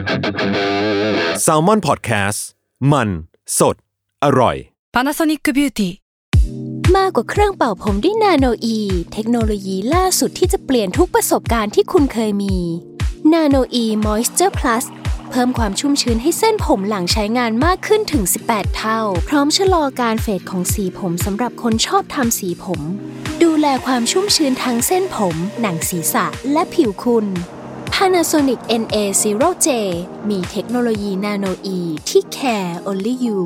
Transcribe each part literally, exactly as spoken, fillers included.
Salmon Podcast มันสดอร่อย Panasonic Beauty มากกว่าเครื่องเป่าผมด้วยนาโนอีเทคโนโลยีล่าสุดที่จะเปลี่ยนทุกประสบการณ์ที่คุณเคยมีนาโนอี Moisture Plus เพิ่มความชุ่มชื้นให้เส้นผมหลังใช้งานมากขึ้นถึงสิบแปดเท่าพร้อมชะลอการเฟดของสีผมสำหรับคนชอบทำสีผมดูแลความชุ่มชื้นทั้งเส้นผมหนังศีรษะและผิวคุณ Panasonic เอ็น เอ ศูนย์ เจ มีเทคโนโลยีนาโนอีที่ care only you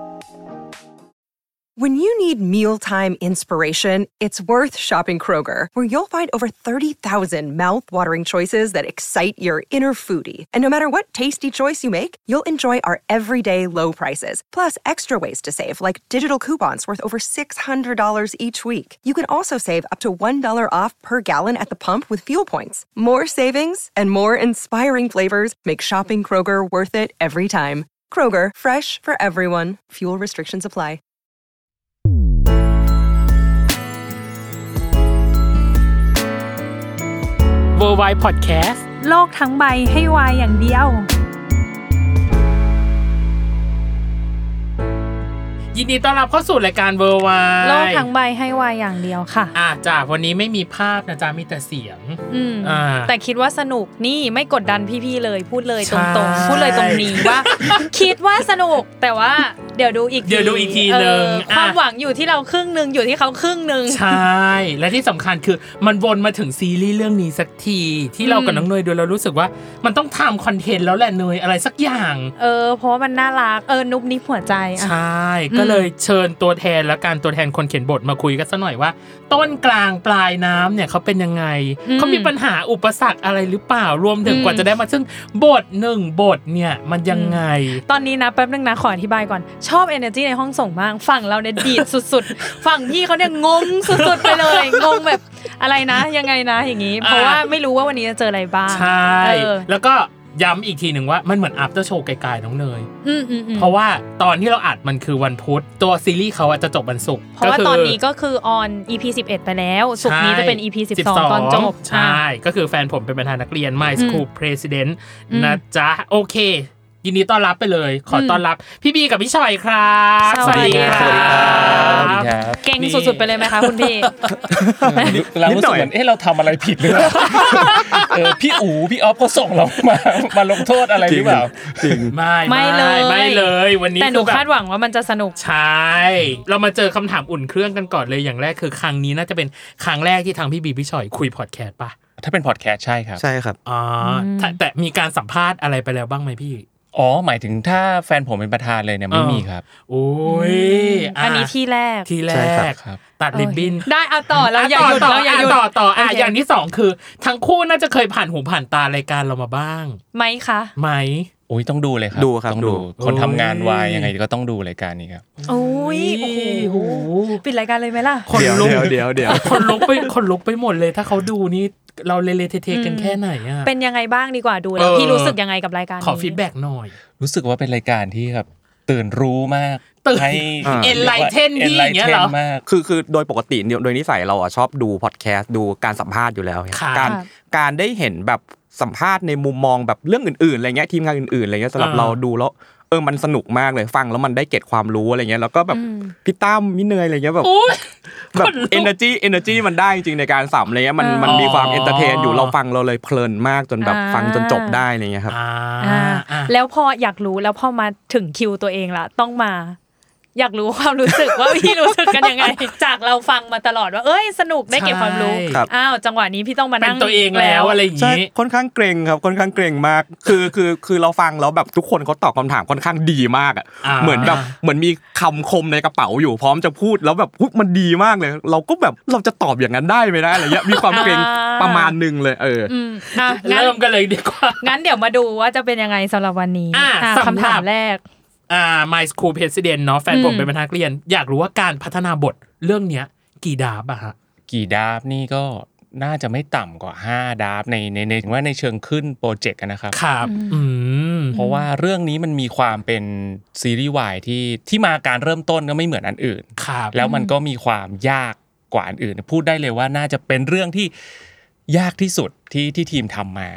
When you need mealtime inspiration, it's worth shopping Kroger, where you'll find over thirty thousand mouth-watering choices that excite your inner foodie. And no matter what tasty choice you make, you'll enjoy our everyday low prices, plus extra ways to save, like digital coupons worth over six hundred dollars each week. You can also save up to one dollar off per gallon at the pump with fuel points. More savings and more inspiring flavors make shopping Kroger worth it every time. Kroger, fresh for everyone. Fuel restrictions apply. Worldwide Podcast โลกทั้งใบให้วายอย่างเดียวยินดีต้อนรับเข้าสู่รายการ Worldwide โลกทั้งใบให้วายอย่างเดียวค่ะอ่ะจ้ะวันนี้ไม่มีภาพนะจ๊ะมีแต่เสียงอืมอ่าแต่คิดว่าสนุกนี่ไม่กดดันพี่ๆเลยพูดเลยตรงๆพูดเลยตรงนี้ว่า คิดว่าสนุกแต่ว่าเดี๋ยวดูอีกทีเดี๋ยวดูอีกทีนึงความหวังอยู่ที่เราครึ่งนึงอยู่ที่เขาครึ่งนึงใช่และที่สำคัญคือมันวนมาถึงซีรีส์เรื่องนี้สักทีที่เรากับน้องเนยดูแล้วรู้สึกว่ามันต้องทำคอนเทนต์แล้วแหละเนยอะไรสักอย่างเออเพราะว่ามันน่ารักเออนุบนิบหัวใจใช่ก็เลยเชิญตัวแทนและการตัวแทนคนเขียนบทมาคุยกันสักหน่อยว่าต้นกลางปลายน้ำเนี่ยเขาเป็นยังไงเขามีปัญหาอุปสรรคอะไรหรือเปล่ารวมถึงกว่าจะได้มาซึ่งบทหนึ่งบทเนี่ยมันยังไงตอนนี้นะแป๊บนึงนะขออธิบายก่อนชอบ energy ในห้องส่งมากฝั่งเราเนี่ยดีดสุดๆฝั่งพี่เขาเนี่ยงงสุดๆไปเลยงงแบบอะไรนะยังไงนะอย่างงี้เพราะว่าไม่รู้ว่าวันนี้จะเจออะไรบ้างใช่แล้วก็ย้ำอีกทีหนึ่งว่ามันเหมือน after show ไกลๆน้องเนยเพราะว่าตอนที่เราอัดมันคือวันพุธตัวซีรีส์เขาจะจบวันศุกร์เพราะว่าตอนนี้ก็คือออน อี พี สิบเอ็ดไปแล้วศุกร์นี้จะเป็น อี พี สิบสองตอนจบใช่ก็คือแฟนผมเป็นประธานนักเรียน My School President นะจ๊ะโอเคยินดีต้อนรับไปเลยขอต้อนรับพี่บีกับพี่ชอยครับสวัสดีครับสวัสดีครับเก่งสุดๆไปเลยไหมคะคุณพี่เรารู้สึกเหมือนเอ๊ะเราทำอะไรผิดหรือเปล่าเออพี่อู๋พี่ออฟเขาส่งเรามามาลงโทษอะไรหรือเปล่าจริงไม่ไม่เลยไม่เลยวันนี้แต่หนูคาดหวังว่ามันจะสนุกใช่เรามาเจอคำถามอุ่นเครื่องกันก่อนเลยอย่างแรกคือครั้งนี้น่าจะเป็นครั้งแรกที่ทางพี่บีพี่ชอยคุยพอดแคสต์ป่ะถ้าเป็นพอดแคสต์ใช่ครับใช่ครับอ๋อแต่มีการสัมภาษณ์อะไรไปแล้วบ้างไหมพี่อ๋อหมายถึงถ้าแฟนผมเป็นประธานเลยเนี่ยไม่มีครับโอ้ยอันนี้ที่แรกที่แรกครับตัดริบบิ้นได้เอาต่อเราอย่าหยุดเราอย่าหยุดต่อต่ออ่ะอย่างที่สองคือทั้งคู่น่าจะเคยผ่านหูผ่านตารายการเรามาบ้างไหมคะไหมโอ้ยต้องดูเลยครับดูครับต้องดูคนทำงานวายยังไงก็ต้องดูรายการนี้ครับโอ้ยโอ้โหปิดรายการเลยไหมล่ะคนลุกเดี๋ยวเดี๋ยวเดี๋ยวคนลุกไปคนลุกไปหมดเลยถ้าเขาดูนี่เราเละๆเทๆกันแค่ไหนอ่ะเป็นยังไงบ้างดีกว่าดูแล้วพี่รู้สึกยังไงกับรายการนี้ขอฟีดแบ็กหน่อยรู้สึกว่าเป็นรายการที่แบบตื่นรู้มากให้เอ็นไลเทนที่อย่างเงี้ยเหรอคือคือโดยปกติโดยนิสัยเราอ่ะชอบดูพอดแคสต์ดูการสัมภาษณ์อยู่แล้วการการได้เห็นแบบสัมภาษณ์ในมุมมองแบบเรื่องอื่นๆอะไรเงี้ยทีมงานอื่นๆอะไรเงี้ยสำหรับเราดูแล้วเออมันสนุกมากเลยฟังแล้วมันได้เก็ทความรู้อะไรเงี้ยแล้วก็แบบพี่ตั้มพี่เนยอะไรเงี้ยแบบแบบ energy energy มันได้จริงในการสัมอะไรเงี้ยมันมันมีความเอนเตอร์เทนอยู่เราฟังเราเลยเพลินมากจนแบบฟังจนจบได้อะไรเงี้ยครับแล้วพออยากรู้แล้วพอมาถึงคิวตัวเองล่ะต้องมาอยากรู้ความรู้สึกว่าพี่รู้สึกกันยังไงจากเราฟังมาตลอดว่าเอ้ยสนุกได้เก็บความรู้อ้าวจังหวะนี้พี่ต้องมานั่งเป็นตัวเองแล้วอะไรอย่างงี้ค่อนข้างเกรงครับค่อนข้างเกรงมากคือคือคือเราฟังแล้วแบบทุกคนเขาตอบคำถามค่อนข้างดีมากอ่ะเหมือนแบบเหมือนมีคำคมในกระเป๋าอยู่พร้อมจะพูดแล้วแบบมันดีมากเลยเราก็แบบเราจะตอบอย่างนั้นได้ไหมนะอะไรเงี้ยมีความเกรงประมาณนึงเลยเออเริ่มกันเลยดีกว่างั้นเดี๋ยวมาดูว่าจะเป็นยังไงสำหรับวันนี้คำถามแรกอ่า My School President เนาะแฟนผมเป็นประธานนักเรียนอยากรู้ว่าการพัฒนาบทเรื่องเนี้ยกี่ดราฟอะฮะกี่ดราฟนี่ก็น่าจะไม่ต่ำกว่าห้าดราฟในในในว่าในเชิงขึ้นโปรเจกต์นะครับครับอืมเพราะว่าเรื่องนี้มันมีความเป็นซีรีส์วายที่ที่มาการเริ่มต้นก็ไม่เหมือนอันอื่นครับแล้วมันก็มีความยากกว่าอันอื่นพูดได้เลยว่าน่าจะเป็นเรื่องที่ยากที่สุดที่ที่ทีมทำมาครับ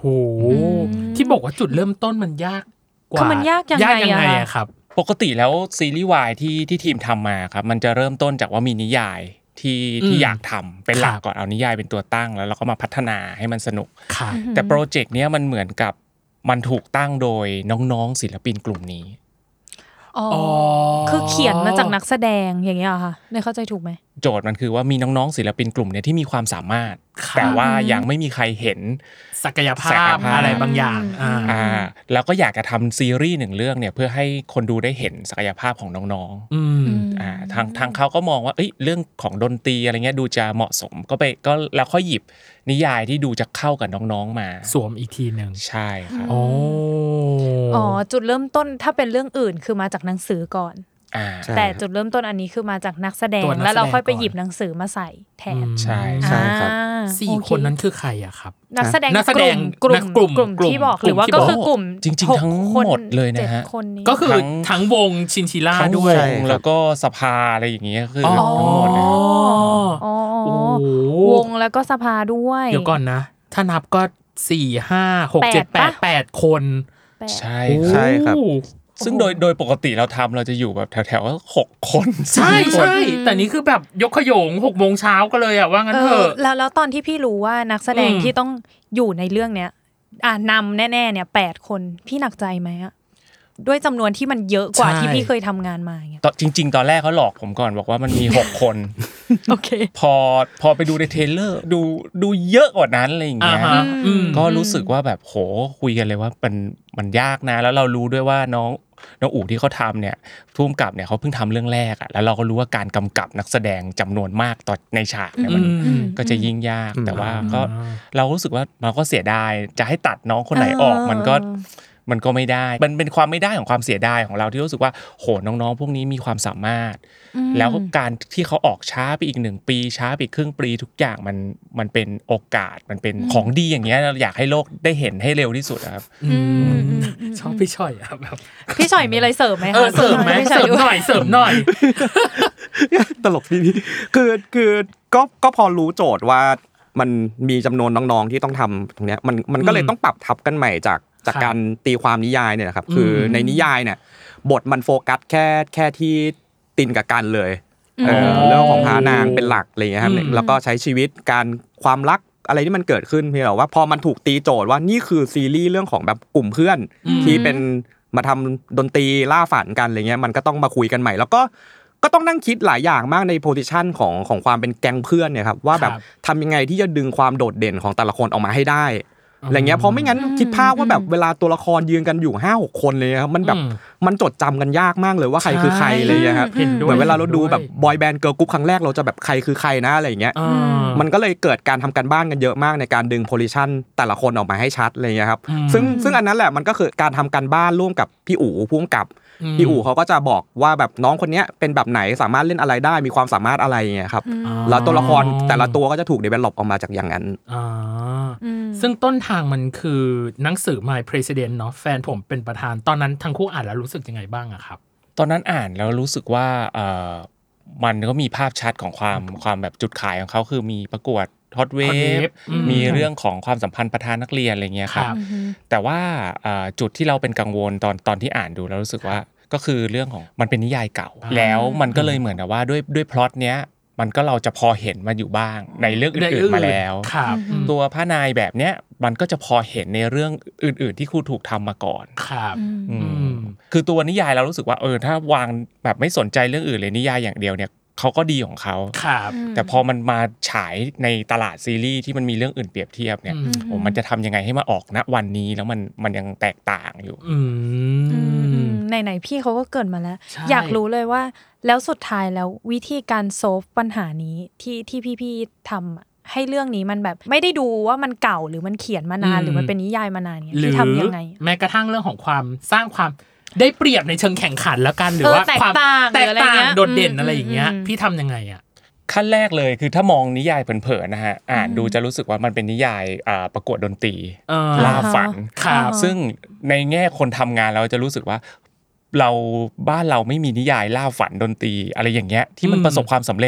โหที่บอกว่าจุดเริ่มต้นมันยากกว่าคือมันยากยังไงยากยังไงอะครับปกติแล้วซีรีส์วายที่ที่ทีมทำมาครับมันจะเริ่มต้นจากว่ามีนิยายที่ที่อยากทำเป็นหลักก่อนเอานิยายเป็นตัวตั้งแล้วเราก็มาพัฒนาให้มันสนุกแต่โปรเจกต์เนี้ยมันเหมือนกับมันถูกตั้งโดยน้องๆศิลปินกลุ่มนี้อ๋อคือเขียนมาจากนักแสดงอย่างเงี้ยเหรอคะได้เข้าใจถูกไหมโจทย์มันคือว่ามีน้องๆศิลปินกลุ่มเนี้ยที่มีความสามารถแต่ว่ายังไม่มีใครเห็นศักยภาพอะไรบางอย่างอ่าแล้วก็อยากจะทำซีรีส์หนึ่งเรื่องเนี่ยเพื่อให้คนดูได้เห็นศักยภาพของน้องๆอ่าทางทางเขาก็มองว่าเอ้ยเรื่องของดนตรีอะไรเงี้ยดูจะเหมาะสมก็ไปก็แล้วค่อยหยิบนิยายที่ดูจะเข้ากับน้องๆมาสวมอีกทีนึงใช่ครับโอ้อ๋อจุดเริ่มต้นถ้าเป็นเรื่องอื่นคือมาจากหนังสือก่อนแต่จุดเริ่มต้นอันนี้คือมาจากนักแสดงแล้วเราค่อยไปหยิบหนังสือมาใส่แทนใช่ใช่ครับสี่คนนั้นคือใครอะครับนักแสดงนักแสดงกลุ่มกลุ่มกลุ่มที่บอกหรือว่าก็คือกลุ่มจริงๆทั้งหมดเลยนะฮะก็คือทั้งวงชินชิล่าด้วยแล้วก็สภาอะไรอย่างเงี้ยคือทั้งหมดนะอ๋อวงแล้วก็สภาด้วยเดี๋ยวก่อนนะถ้านับก็สี่ ห้า หก เจ็ด แปด แปดคนใช่ใช่ครับซึ่งโดยโดยปกติเราทำเราจะอยู่แบบแถวๆหกคนใช่ใช่แต่นี่คือแบบยกขยงหกโมงเช้าก็เลยอ่ะว่างั้นเถอะแล้วแล้วตอนที่พี่รู้ว่านักแสดงที่ต้องอยู่ในเรื่องเนี้ยอ่านำแน่ๆเนี่ยแปดคนพี่หนักใจไหมอะด้วยจำนวนที่มันเยอะกว่าที่พี่เคยทำงานมาอย่างเงี้ยจริงๆตอนแรกเขาหลอกผมก่อนบอกว่ามันมีหกคนโอเคพอพอไปดูในเทรลเลอร์ดูดูเยอะกว่านั้นอะไรอย่างเงี้ยก็รู้สึกว่าแบบโหคุยกันเลยว่ามันมันยากนะแล้วเรารู้ด้วยว่าน้องน้องอู๋ที่เขาทำเนี่ยผู้กำกับเนี่ยเขาเพิ่งทำเรื่องแรกอ่ะแล้วเราก็รู้ว่าการกำกับนักแสดงจำนวนมากต่อในฉากเนี่ยมันก็จะยิ่งยากแต่ว่าก็เรารู้สึกว่าเราก็เสียดายจะให้ตัดน้องคนไหนออกมันก็มันก็ไม่ได้มันเป็นความไม่ได้ของความเสียดายของเราที่รู้สึกว่าโหน้องๆพวกนี้มีความสามารถแล้วการที่เขาออกช้าไปอีกหนึ่งปีช้าไปครึ่งปีทุกอย่างมันมันเป็นโอกาสมันเป็นของดีอย่างเงี้ยเราอยากให้โลกได้เห็นให้เร็วที่สุดครับชอบพี่ช่อยครับแบบพี่ช่อยมีอะไรเสริมไหมเออเสริมไหมเสริมหน่อยเสริมหน่อยตลกดีคือคือก็ก็พอรู้โจทย์ว่ามันมีจำนวนน้องๆที่ต้องทำตรงเนี้ยมันมันก็เลยต้องปรับทับกันใหม่จากจากการตีความนิยายเนี่ยนะครับคือในนิยายเนี่ยบทมันโฟกัสแค่แค่ที่ตินกับกันเลยเออเรื่องของพานางเป็นหลักอะไรอย่างเงี้ยครับแล้วก็ใช้ชีวิตการความรักอะไรที่มันเกิดขึ้นเพียงแต่ว่าพอมันถูกตีโจทย์ว่านี่คือซีรีส์เรื่องของแบบกลุ่มเพื่อนที่เป็นมาทำดนตรีล่าฝันกันอะไรเงี้ยมันก็ต้องมาคุยกันใหม่แล้วก็ก็ต้องนั่งคิดหลายอย่างมากในโพสิชันของของความเป็นแก๊งเพื่อนเนี่ยครับว่าแบบทำยังไงที่จะดึงความโดดเด่นของแต่ละคนออกมาให้ได้อะไรเงี้ยเพราะไม่งั้นคิดภาพว่าแบบเวลาตัวละครยืนกันอยู่ ห้าหก คนเลยครับมันแบบมันจดจำกันยากมากเลยว่าใครคือใครอะไรเงี้ยครับเหมือนเวลาเราดูแบบบอยแบนด์เกิร์ลกรุ๊ปครั้งแรกเราจะแบบใครคือใครนะอะไรเงี้ยมันก็เลยเกิดการทำกันบ้านกันเยอะมากในการดึงโพสิชันแต่ละคนออกมาให้ชัดอะไรเงี้ยครับซึ่งซึ่งอันนั้นแหละมันก็คือการทำกันบ้านร่วมกับพี่อู๋ผู้กำกับพี่อู๋เขาก็จะบอกว่าแบบน้องคนนี้เป็นแบบไหนสามารถเล่นอะไรได้มีความสามารถอะไรเงี้ยครับแล้วตัวละครแต่ละตัวก็จะถูกเดเวลลอปออกมาจากอย่างนั้นซึ่งต้นทางมันคือหนังสือ My President เนาะแฟนผมเป็นประธานตอนนั้นทั้งคู่อ่านแล้วรู้สึกยังไงบ้างอะครับตอนนั้นอ่านแล้วรู้สึกว่าเอ่อมันก็มีภาพชัดของความความแบบจุดขายของเขาคือมีประกวดฮอตเวฟมีเรื่องของความสัมพันธ์ประธานนักเรียนอะไรเงี้ยครับแต่ว่าจุดที่เราเป็นกังวลตอนตอนที่อ่านดูแล้วรู้สึกว่าก็คือเรื่องของมันเป็นนิยายเก่าแล้วมันก็เลยเหมือนกับว่าด้วยด้วยพล็อตเนี้ยมันก็เราจะพอเห็นมันอยู่บ้างในเรื่องอื่นๆมาแล้วตัวพระนายแบบเนี้ยมันก็จะพอเห็นในเรื่องอื่นๆที่ครูถูกทำมาก่อนครับคือตัวนิยายเรารู้สึกว่าเออถ้าวางแบบไม่สนใจเรื่องอื่นเลยนิยายอย่างเดียวเนี่ยเขาก็ดีของเขาแต่พอมันมาฉายในตลาดซีรีส์ที่มันมีเรื่องอื่นเปรียบเทียบเนี่ยโอ้มันจะทำยังไงให้มาออกณวันนี้แล้วมันมันยังแตกต่างอยู่ไหนๆพี่เขาก็เกิดมาแล้วอยากรู้เลยว่าแล้วสุดท้ายแล้ววิธีการโซฟปัญหานี้ที่ที่พี่ๆทำให้เรื่องนี้มันแบบไม่ได้ดูว่ามันเก่าหรือมันเขียนมานานหรือมันเป็นนิยายมานานเนี่ยพี่ทำยังไงแม้กระทั่งเรื่องของความสร้างความได้เปรียบในเชิงแข่งขันแล้วกันหรือว่าความแตกต่างโดดเด่นอะไรอย่างเงี้ยพี่ทำยังไงอ่ะขั้นแรกเลยคือถ้ามองนิยายเผินๆนะฮะอ่านดูจะรู้สึกว่ามันเป็นนิยายประกวดดนตรีล่าฝันซึ่งในแง่คนทำงานเราจะรู้สึกว่าเราบ้านเราไม่มีนิยายล่าฝันดนตรีอะไรอย่างเงี้ยที่มันประสบความสำเร็จ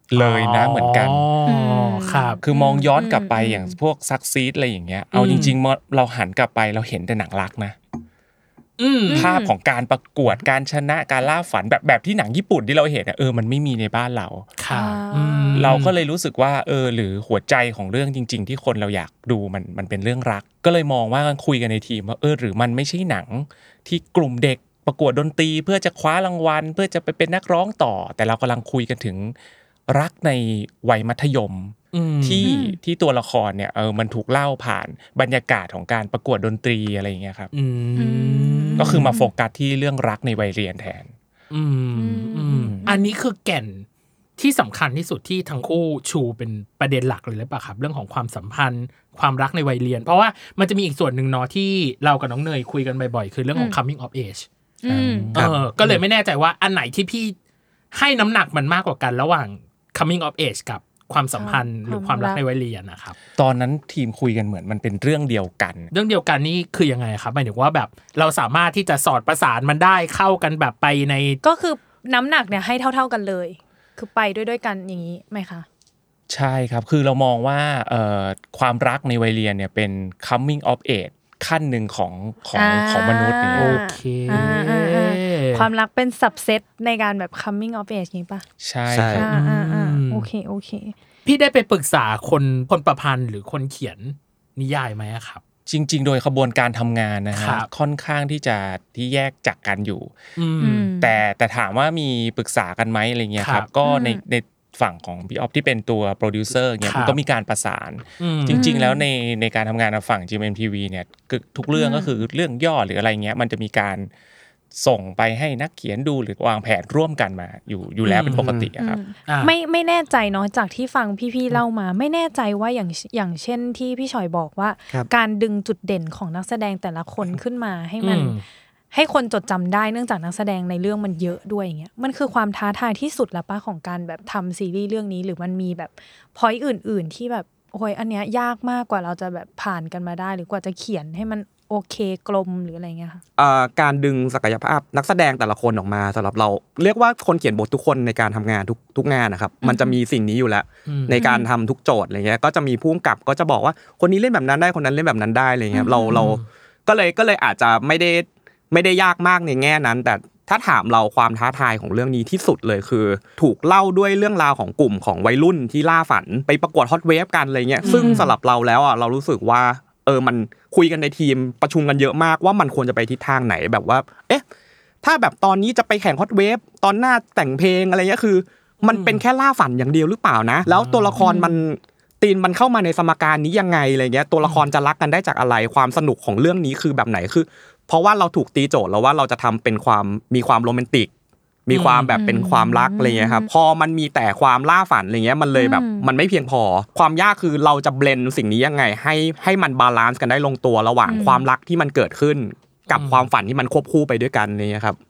เลยนะเหมือนกันครับคือมองย้อนกลับไปอย่างพวกซักซีดอะไรอย่างเงี้ยเอาจริงๆเราหันกลับไปเราเห็นแต่หนังรักนะภาพของการประกวดการชนะการล่าฝันแบบแบบที่หนังญี่ปุ่นที่เราเห็นเออมันไม่มีในบ้านเราเราก็เลยรู้สึกว่าเออหรือหัวใจของเรื่องจริงๆที่คนเราอยากดูมันมันเป็นเรื่องรักก็เลยมองว่าคุยกันในทีมว่าเออหรือมันไม่ใช่หนังที่กลุ่มเด็กประกวดดนตรีเพื่อจะคว้ารางวัลเพื่อจะไปเป็นนักร้องต่อแต่เรากำลังคุยกันถึงรักในวัยมัธยมที่ที่ตัวละครเนี่ยเออมันถูกเล่าผ่านบรรยากาศของการประกวดดนตรีอะไรอย่างเงี้ยครับก็คือมาโฟกัสที่เรื่องรักในวัยเรียนแทนอันนี้คือแก่นที่สำคัญที่สุดที่ทั้งคู่ชูเป็นประเด็นหลักเลยหรือเปล่าครับเรื่องของความสัมพันธ์ความรักในวัยเรียนเพราะว่ามันจะมีอีกส่วนหนึ่งเนาะที่เรากับน้องเนยคุยกันบ่อยๆคือเรื่องของ coming of age เออก็เลยไม่แน่ใจว่าอันไหนที่พี่ให้น้ำหนักมันมากกว่ากันระหว่าง coming of age กับความสัมพันธ์หรือความรักในวัยเรียนนะครับตอนนั้นทีมคุยกันเหมือนมันเป็นเรื่องเดียวกันเรื่องเดียวกันนี่คือยังไงครับหมายถึงว่าแบบเราสามารถที่จะสอดประสานมันได้เข้ากันแบบไปในก็คือน้ำหนักเนี่ยให้เท่าๆกันเลยคือไปด้วยด้วยกันอย่างนี้ไหมคะใช่ครับคือเรามองว่าเอ่อความรักในวัยเรียนเนี่ยเป็น coming of age ขั้นหนึ่งของของของมนุษย์เนี่ยโอเคความรักเป็น subset ในการแบบ coming of age นี้ป่ะใช่โอเคโอเคพี่ได้ไปปรึกษาคนคนประพันธ์หรือคนเขียนนิยายไหมครับจริงๆโดยขบวนการทำงานนะฮะค่อนข้างที่จะที่แยกจากกันอยู่แต่แต่ถามว่ามีปรึกษากันไหมอะไรเงี้ยครับก็ในในฝั่งของพี่ออฟที่เป็นตัวโปรดิวเซอร์เงี้ยก็มีการประสานจริงๆแล้วในในการทำงานฝั่ง จี เอ็ม ที วี เนี่ยทุกเรื่องก็คือเรื่องย่อหรืออะไรเงี้ยมันจะมีการส่งไปให้นักเขียนดูหรือวางแผนร่วมกันมาอยู่อยู่แล้วเป็นปกติครับไม่ไม่แน่ใจเนาะจากที่ฟังพี่ๆเล่ามาไม่แน่ใจว่าอย่างอย่างเช่นที่พี่ชอยบอกว่าการดึงจุดเด่นของนักแสดงแต่ละคนขึ้นมาให้มันให้คนจดจำได้เนื่องจากนักแสดงในเรื่องมันเยอะด้วยอย่างเงี้ยมันคือความท้าทายที่สุดแล้วป่ะของการแบบทำซีรีส์เรื่องนี้หรือมันมีแบบพอยต์อื่นๆที่แบบโอ้ยอันเนี้ยยากมากกว่าเราจะแบบผ่านกันมาได้หรือกว่าจะเขียนให้มันโอเคกลมหรืออะไรเงี้ยค่ะอ่าการดึงศักยภาพนักแสดงแต่ละคนออกมาสำหรับเราเรียกว่าคนเขียนบททุกคนในการทำงานทุกทุกงานนะครับมันจะมีสิ่งนี้อยู่แล้วในการทำทุกโจทย์อะไรเงี้ยก็จะมีผู้กำกับก็จะบอกว่าคนนี้เล่นแบบนั้นได้คนนั้นเล่นแบบนั้นได้อะไรเงี้ยเราเราก็เลยก็เลยอาจจะไม่ได้ไม่ได้ยากมากในแง่นั้นแต่ถ้าถามเราความท้าทายของเรื่องนี้ที่สุดเลยคือถูกเล่าด้วยเรื่องราวของกลุ่มของวัยรุ่นที่ล่าฝันไปประกวดฮอตเวฟกันอะไรเงี้ยซึ่งสำหรับเราแล้วอ่ะเรารู้สึกว่าเออมันคุยกันในทีมประชุมกันเยอะมากว่ามันควรจะไปทิศทางไหนแบบว่าเอ๊ะถ้าแบบตอนนี้จะไปแข่งฮอตเวฟตอนหน้าแต่งเพลงอะไรเงี้ยคือมันเป็นแค่ล่าฝันอย่างเดียวหรือเปล่านะแล้วตัวละครมันตีนมันเข้ามาในสมการนี้ยังไงอะไรเงี้ยตัวละครจะรักกันได้จากอะไรความสนุกของเรื่องนี้คือแบบไหนคือเพราะว่าเราถูกตีโจทย์แล้วว่าเราจะทำเป็นความมีความโรแมนติกมีความแบบเป็นความรักอะไรเงี้ยครับพอมันมีแต่ความล่าฝันอะไรเงี้ยมันเลยแบบมันไม่เพียงพอความยากคือเราจะเบลนด์สิ่งนี้ยังไงให้ให้มันบาลานซ์กันได้ลงตัวระหว่างความรักที่มันเกิดขึ้นกับความฝันที่มันควบคู่ไปด้วยกันนี่ครับ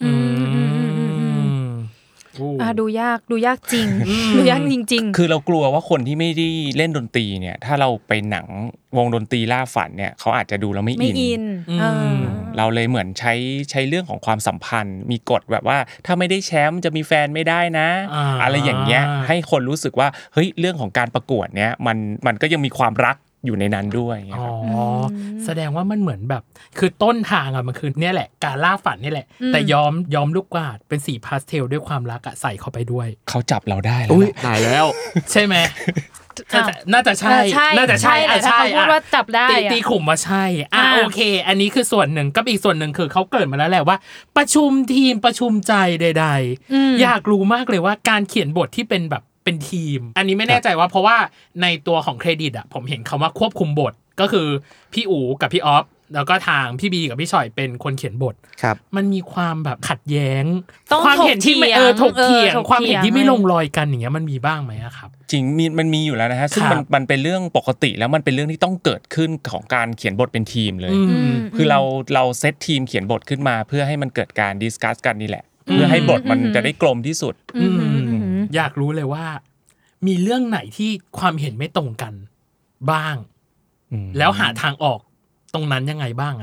อ่ะดูยากดูยากจริงดูยากจริงๆคือเรากลัวว่าคนที่ไม่ได้เล่นดนตรีเนี่ยถ้าเราไปหนังวงดนตรีล่าฝันเนี่ยเขาอาจจะดูแล้วไม่อินเราเลยเหมือนใช้ใช้เรื่องของความสัมพันธ์มีกฎแบบว่าถ้าไม่ได้แชมป์จะมีแฟนไม่ได้นะอะไรอย่างเงี้ยให้คนรู้สึกว่าเฮ้ยเรื่องของการประกวดเนี่ยมันมันก็ยังมีความรักอยู่ในนั้นด้วยอ๋อแสดงว่ามันเหมือนแบบคือต้นทางอ่ะมันคือเนี่ยแหละการล่าฝันนี่แหละแต่ย้อมย้อมลูกกวาดเป็นสีพาสเทลด้วยความรักอ่ะใส่เข้าไปด้วยเขาจับเราได้แล้วอุ้ยตายแล้วใช่ไหมน่าจะใช่น่าจะใช่อ่ะใช่พูดว่าจับได้ตีขุมมาใช่อ่ะโอเคอันนี้คือส่วนหนึ่งกับอีกส่วนหนึ่งคือเขาเกิดมาแล้วแหละว่าประชุมทีมประชุมใจใดๆอยากรู้มากเลยว่าการเขียนบทที่เป็นแบบเป็นทีมอันนี้ไม่แน่ใจว่าเพราะว่าในตัวของเครดิตอ่ะผมเห็นคำว่าควบคุมบทก็คือพี่อู๋กับพี่ออฟแล้วก็ทางพี่บีกับพี่ชอยเป็นคนเขียนบทมันมีความแบบขัดแย้งความเห็นที่ไม่เออถกเถียงความเห็นที่ไม่ลงรอยกันอย่างเงี้ยมันมีบ้างไหมครับจริงมีมันมีอยู่แล้วนะฮะซึ่งมันมันเป็นเรื่องปกติแล้วมันเป็นเรื่องที่ต้องเกิดขึ้นของการเขียนบทเป็นทีมเลยคือเราเราเซตทีมเขียนบทขึ้นมาเพื่อให้มันเกิดการดิสคัสกันนี่แหละเพื่อให้บทมันจะได้กลมที่สุดอยากรู้เลยว่ามีเรื่องไหนที่ความเห็นไม่ตรงกันบ้างแล้วหาทางออกตรงนั้นยังไงบ้างอะครับ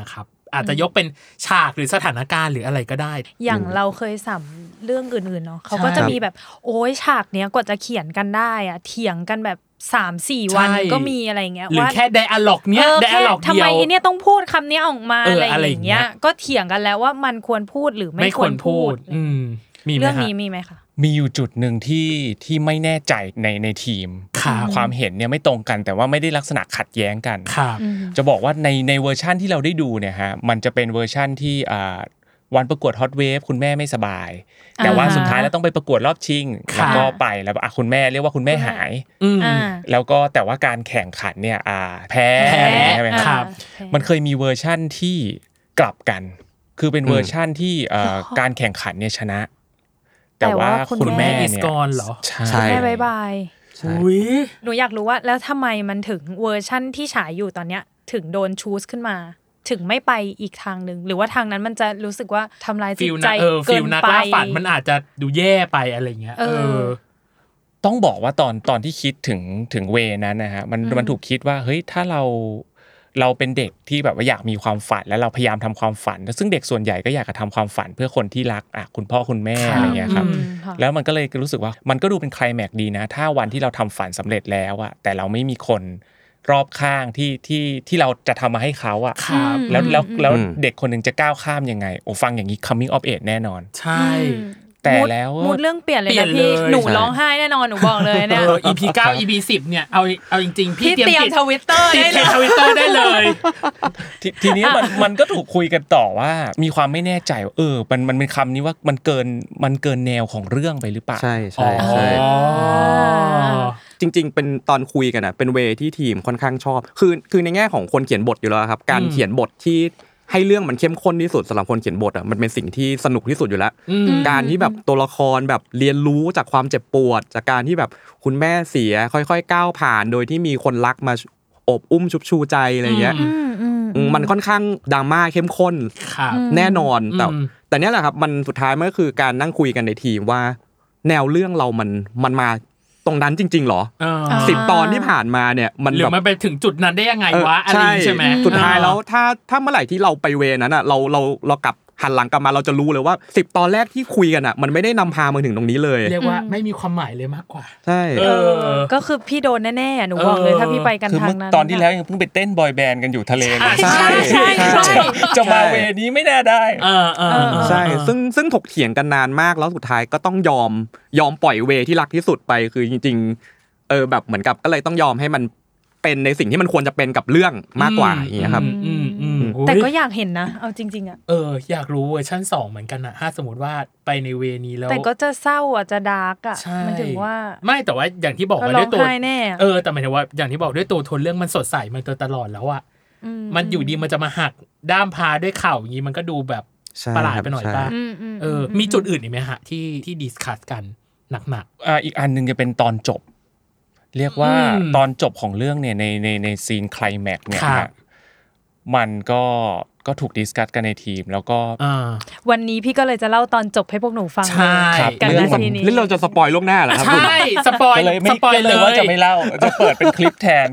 อาจจะยกเป็นฉากหรือสถานการณ์หรืออะไรก็ได้อย่างเราเคยสัมเรื่องอื่นๆเนาะเขาก็จะมีแบบโอ้ยฉากเนี้ยกว่าจะเขียนกันได้อะเถียงกันแบบ สามสี่ วันก็มีอะไรเงี้ยหรือแค่ไดอะล็อกเนี้ยไดอะล็อกเดียวทำไมไอ้เนี่ยต้องพูดคำนี้ออกมาอะไรอย่างเงี้ยก็เถียงกันแล้วว่ามันควรพูดหรือไม่ควรพูดอืมมีเรื่องนี้มีไหมคะมีอยู่จุดหนึ่งที่ที่ไม่แน่ใจในในทีมความเห็นเนี่ยไม่ตรงกันแต่ว่าไม่ได้ลักษณะขัดแย้งกันจะบอกว่าในในเวอร์ชั่นที่เราได้ดูเนี่ยฮะมันจะเป็นเวอร์ชั่นที่อ่าวันประกวดฮอตเวฟคุณแม่ไม่สบายแต่ว่าสุดท้ายแล้วต้องไปประกวดรอบชิงแล้วก็ไปแล้วอ่ะคุณแม่เรียกว่าคุณแม่หายแล้วก็แต่ว่าการแข่งขันเนี่ยอ่าแพ้ใช่มั้ยครับมันเคยมีเวอร์ชั่นที่กลับกันคือเป็นเวอร์ชั่นที่อ่าการแข่งขันเนี่ยชนะแต่ว่าคุณแม่เนี่ยเหรอใช่บ๊ายบายอุ๊ยหนูอยากรู้ว่าแล้วทำไมมันถึงเวอร์ชั่นที่ฉายอยู่ตอนเนี้ยถึงโดนชูสขึ้นมาถึงไม่ไปอีกทางนึงหรือว่าทางนั้นมันจะรู้สึกว่าทำลายจิตใจเกินไปฝันมันอาจจะดูแย่ไปอะไรเงี้ยเออต้องบอกว่าตอนตอนที่คิดถึงถึงเวนั้นนะฮะมันมันถูกคิดว่าเฮ้ยถ้าเราเราเป็นเด็กที่แบบว่าอยากมีความฝันแล้วเราพยายามทำความฝันซึ่งเด็กส่วนใหญ่ก็อยากจะทำความฝันเพื่อคนที่รักอ่ะคุณพ่อคุณแม่อะไรเงี้ยครับแล้วมันก็เลยรู้สึกว่ามันก็ดูเป็นไคลแม็กซ์ดีนะถ้าวันที่เราทำฝันสำเร็จแล้วอ่ะแต่เราไม่มีคนรอบข้างที่ที่ที่เราจะทำมาให้เขาอ่ะแล้วแล้วแล้วเด็กคนนึงจะก้าวข้ามยังไงโอ้ฟังอย่างนี้ coming of age แน่นอนใช่แต่แล้วมูดเรื่องเปลี่ยนเลยนะพี่หนูร้องไห้แน่นอนหนูบอกเลยเนี่ยอี พี เก้า อี พี สิบเนี่ยเอาเอาจริงๆพี่เตรียม Twitter ได้เลย Twitter ได้เลยทีนี้มันมันก็ถูกคุยกันต่อว่ามีความไม่แน่ใจเออมันมันเป็นคำนี้ว่ามันเกินมันเกินแนวของเรื่องไปหรือเปล่าใช่ใช่ใช่จริงๆเป็นตอนคุยกันอ่ะเป็นเวที่ทีมค่อนข้างชอบคือคือในแง่ของคนเขียนบทอยู่แล้วครับการเขียนบทที่ให้เรื่องมันเข้มข้นที่สุดสำหรับคนเขียนบทอ่ะมันเป็นสิ่งที่สนุกที่สุดอยู่แล้วการที่แบบตัวละครแบบเรียนรู้จากความเจ็บปวดจากการที่แบบคุณแม่เสียค่อยๆก้าวผ่านโดยที่มีคนรักมาอบอุ้มชุบชูใจอะไรเงี้ยมันค่อนข้างดราม่าเข้มข้นแน่นอนแต่แต่เนี้ยแหละครับมันสุดท้ายมันก็คือการนั่งคุยกันในทีมว่าแนวเรื่องเรามันมันมาตรงนั้นจริงๆหรอสิบตอนที่ผ่านมาเนี่ยมันแบบมันไปถึงจุดนั้นได้ยังไงวะอะไรใช่ไหมสุดท้ายแล้วถ้าถ้าเมื่อไหร่ที่เราไปเวนั้นอ่ะเราเราเรากลับหันหลังกลับมาเราจะรู้เลยว่าสิบตอนแรกที่คุยกันอ่ะมันไม่ได้นำพามาถึงตรงนี้เลยเรียกว่าไม่มีความหมายเลยมากกว่าใช่ก็คือพี่โดนแน่ๆหนูบอกเลยถ้าพี่ไปกันทางนั้นตอนที่แล้วยังเพิ่งไปเต้นบอยแบนด์กันอยู่ทะเลใช่ใช่จะมาเวนี้ไม่น่าได้ใช่ซึ่งซึ่งถกเถียงกันนานมากแล้วสุดท้ายก็ต้องยอมยอมปล่อยเวที่รักที่สุดไปคือจริงๆเออแบบเหมือนกับก็เลยต้องยอมให้มันเป็นในสิ่งที่มันควรจะเป็นกับเรื่องมากกว่าอย่างเงี้ยครับแต่ก็อยากเห็นนะเอาจริงๆอ่ะเอออยากรู้เวอร์ชั่นสองเหมือนกันอ่ะถ้าสมมติว่าไปในเวนี้แล้วแต่ก็จะเศร้าอ่ะจะดาร์กอ่ะมันถึงว่าไม่แต่ว่าอย่างที่บอกว่าด้วยตัวเออแต่หมายถึงว่าอย่างที่บอกด้วยตัวทนเรื่องมันสดใสมันตลอดแล้วอ่ะมันอยู่ดีมันจะมาหักด้ามพาด้วยเข่าอย่างงี้มันก็ดูแบบประหลาดไปหน่อยป่ะเออมีจุดอื่นอีกมั้ยฮะที่ที่ดิสคัสกันหนักๆอ่าอีกอันนึงจะเป็นตอนจบเรียกว่าตอนจบของเรื่องเนี่ยในในในซีนไคลแม็กซ์เนี่ยฮะมันก็ก็ถูกดิสคัสกันในทีมแล้วก็วันนี้พี่ก็เลยจะเล่าตอนจบให้พวกหนูฟังกันนาทีนี้นี่เราจะสปอยล่วงหน้าเหรอครับใช่สปอยเลยสปอยเลยว่าจะไม่เล่าจะเปิดเป็นคลิปแทน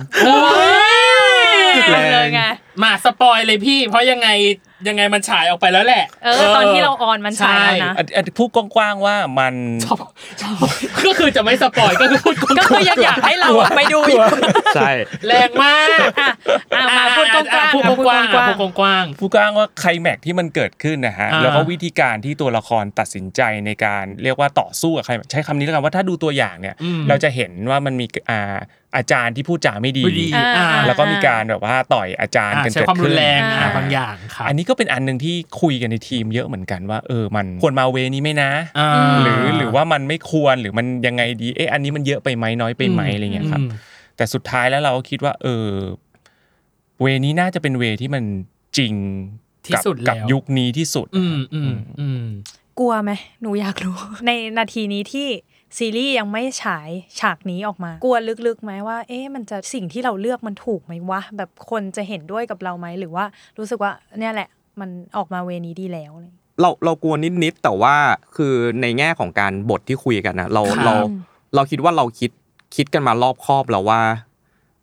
เลยไงมาสปอยเลยพี่เพราะยังไงยังไงมันฉายออกไปแล้วแหละเออตอนที่เราออนมันฉายแล้วนะพูดกว้างๆว่ามันก็คือจะไม่สปอยก็คือพูดก็คือยังอยากให้เราไปดูอยู่ใช่แรงมากอ่ะมาพูดกว้างๆพูดกว้างๆพูดกว้างๆพูดกว้างว่าไคลแม็กซ์ที่มันเกิดขึ้นนะฮะแล้วก็วิธีการที่ตัวละครตัดสินใจในการเรียกว่าต่อสู้กับใครใช้คำนี้แล้วกันว่าถ้าดูตัวอย่างเนี่ยเราจะเห็นว่ามันมีอ่าอาจารย์ที่พูดจาไม่ดีแล้วก็มีการแบบว่าต่อยอาจารย์กันเกิดขึ้นบางอย่างครับอันนี้ก็เป็นอันนึงที่คุยกันในทีมเยอะเหมือนกันว่าเออมันควรมาเวนี้ไหมนะหรือหรือว่ามันไม่ควรหรือมันยังไงดีเอ๊ะอันนี้มันเยอะไปไหมน้อยไปไหมอะไรเงี้ยครับแต่สุดท้ายแล้วเราก็คิดว่าเออเวนี้น่าจะเป็นเวที่มันจริงที่สุดกับยุคนี้ที่สุดกลัวไหมหนูอยากรู้ในนาทีนี้ที่ซีรีส์ยังไม่ฉายฉากนี้ออกมากลัวลึกๆไหมว่าเอ๊ะมันจะสิ่งที่เราเลือกมันถูกไหมวะแบบคนจะเห็นด้วยกับเราไหมหรือว่ารู้สึกว่าเนี่ยแหละมันออกมาเวนี้ดีแล้วเราเรากลัวนิดๆแต่ว่าคือในแง่ของการบทที่คุยกันนะเราเราเราคิดว่าเราคิดคิดกันมารอบคอบแล้วว่า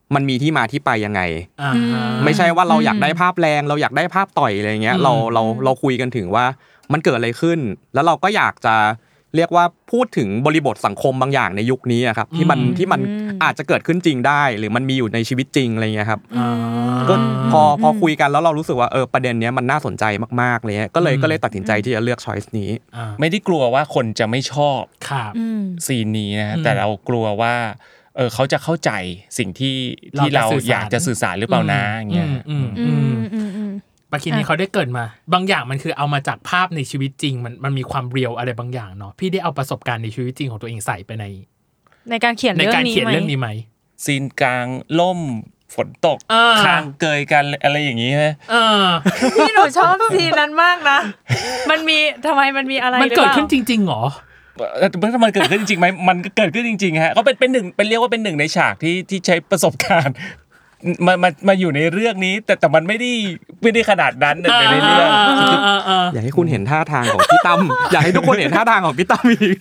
มันมีที่มาที่ไปยังไงไม่ใช่ว่าเราอยากได้ภาพแรงเราอยากได้ภาพต่อยอะไรเงี้ยเราเราเราคุยกันถึงว่ามันเกิดอะไรขึ้นแล้วเราก็อยากจะเรียกว่าพูดถึงบริบทสังคมบางอย่างในยุคนี้อะครับที่มันที่มันอาจจะเกิดขึ้นจริงได้หรือมันมีอยู่ในชีวิตจริงอะไรเงี้ยครับก็พอพอคุยกันแล้วเรารู้สึกว่าเออประเด็นเนี้ยมันน่าสนใจมากๆเลยก็เลยก็เลยตัดสินใจที่จะเลือกช้อยส์นี้ไม่ได้กลัวว่าคนจะไม่ชอบซีนนี้นะแต่เรากลัวว่าเออเขาจะเข้าใจสิ่งที่ที่เราอยากจะสื่อสารหรือเปล่านะอย่างเงี้ยบางทีนี้เขาได้เกิดมาบางอย่างมันคือเอามาจากภาพในชีวิตจริงมันมันมีความเรียลอะไรบางอย่างเนาะพี่ได้เอาประสบการณ์ในชีวิตจริงของตัวเองใส่ไปในในการเขียนเรื่องนี้ในการเขียนเรื่องนี้ไหมซีนกลางล่มฝนตกคางเกยกันอะไรอย่างงี้มั้ยเออพี่หนูชอบซีนนั้นมากนะมันมีทำไมมันมีอะไรมันเกิดขึ้นจริงๆหรอถ้ามันเกิดขึ้นจริงมั้ยมันก็เกิดขึ้นจริงๆฮะก็เป็นเป็นหนึ่งเป็นเรียกว่าเป็นหนึ่งในฉากที่ที่ใช้ประสบการณ์มามามาอยู่ในเรื่องนี้แต่แต่มันไม่ได้ไม่ได้ขนาดนั้นในเรื่องอยากให้คุณเห็นท่าทางของพี่ตั้มอยากให้ทุกคนเห็นท่าทางของพี่ตั้มอีก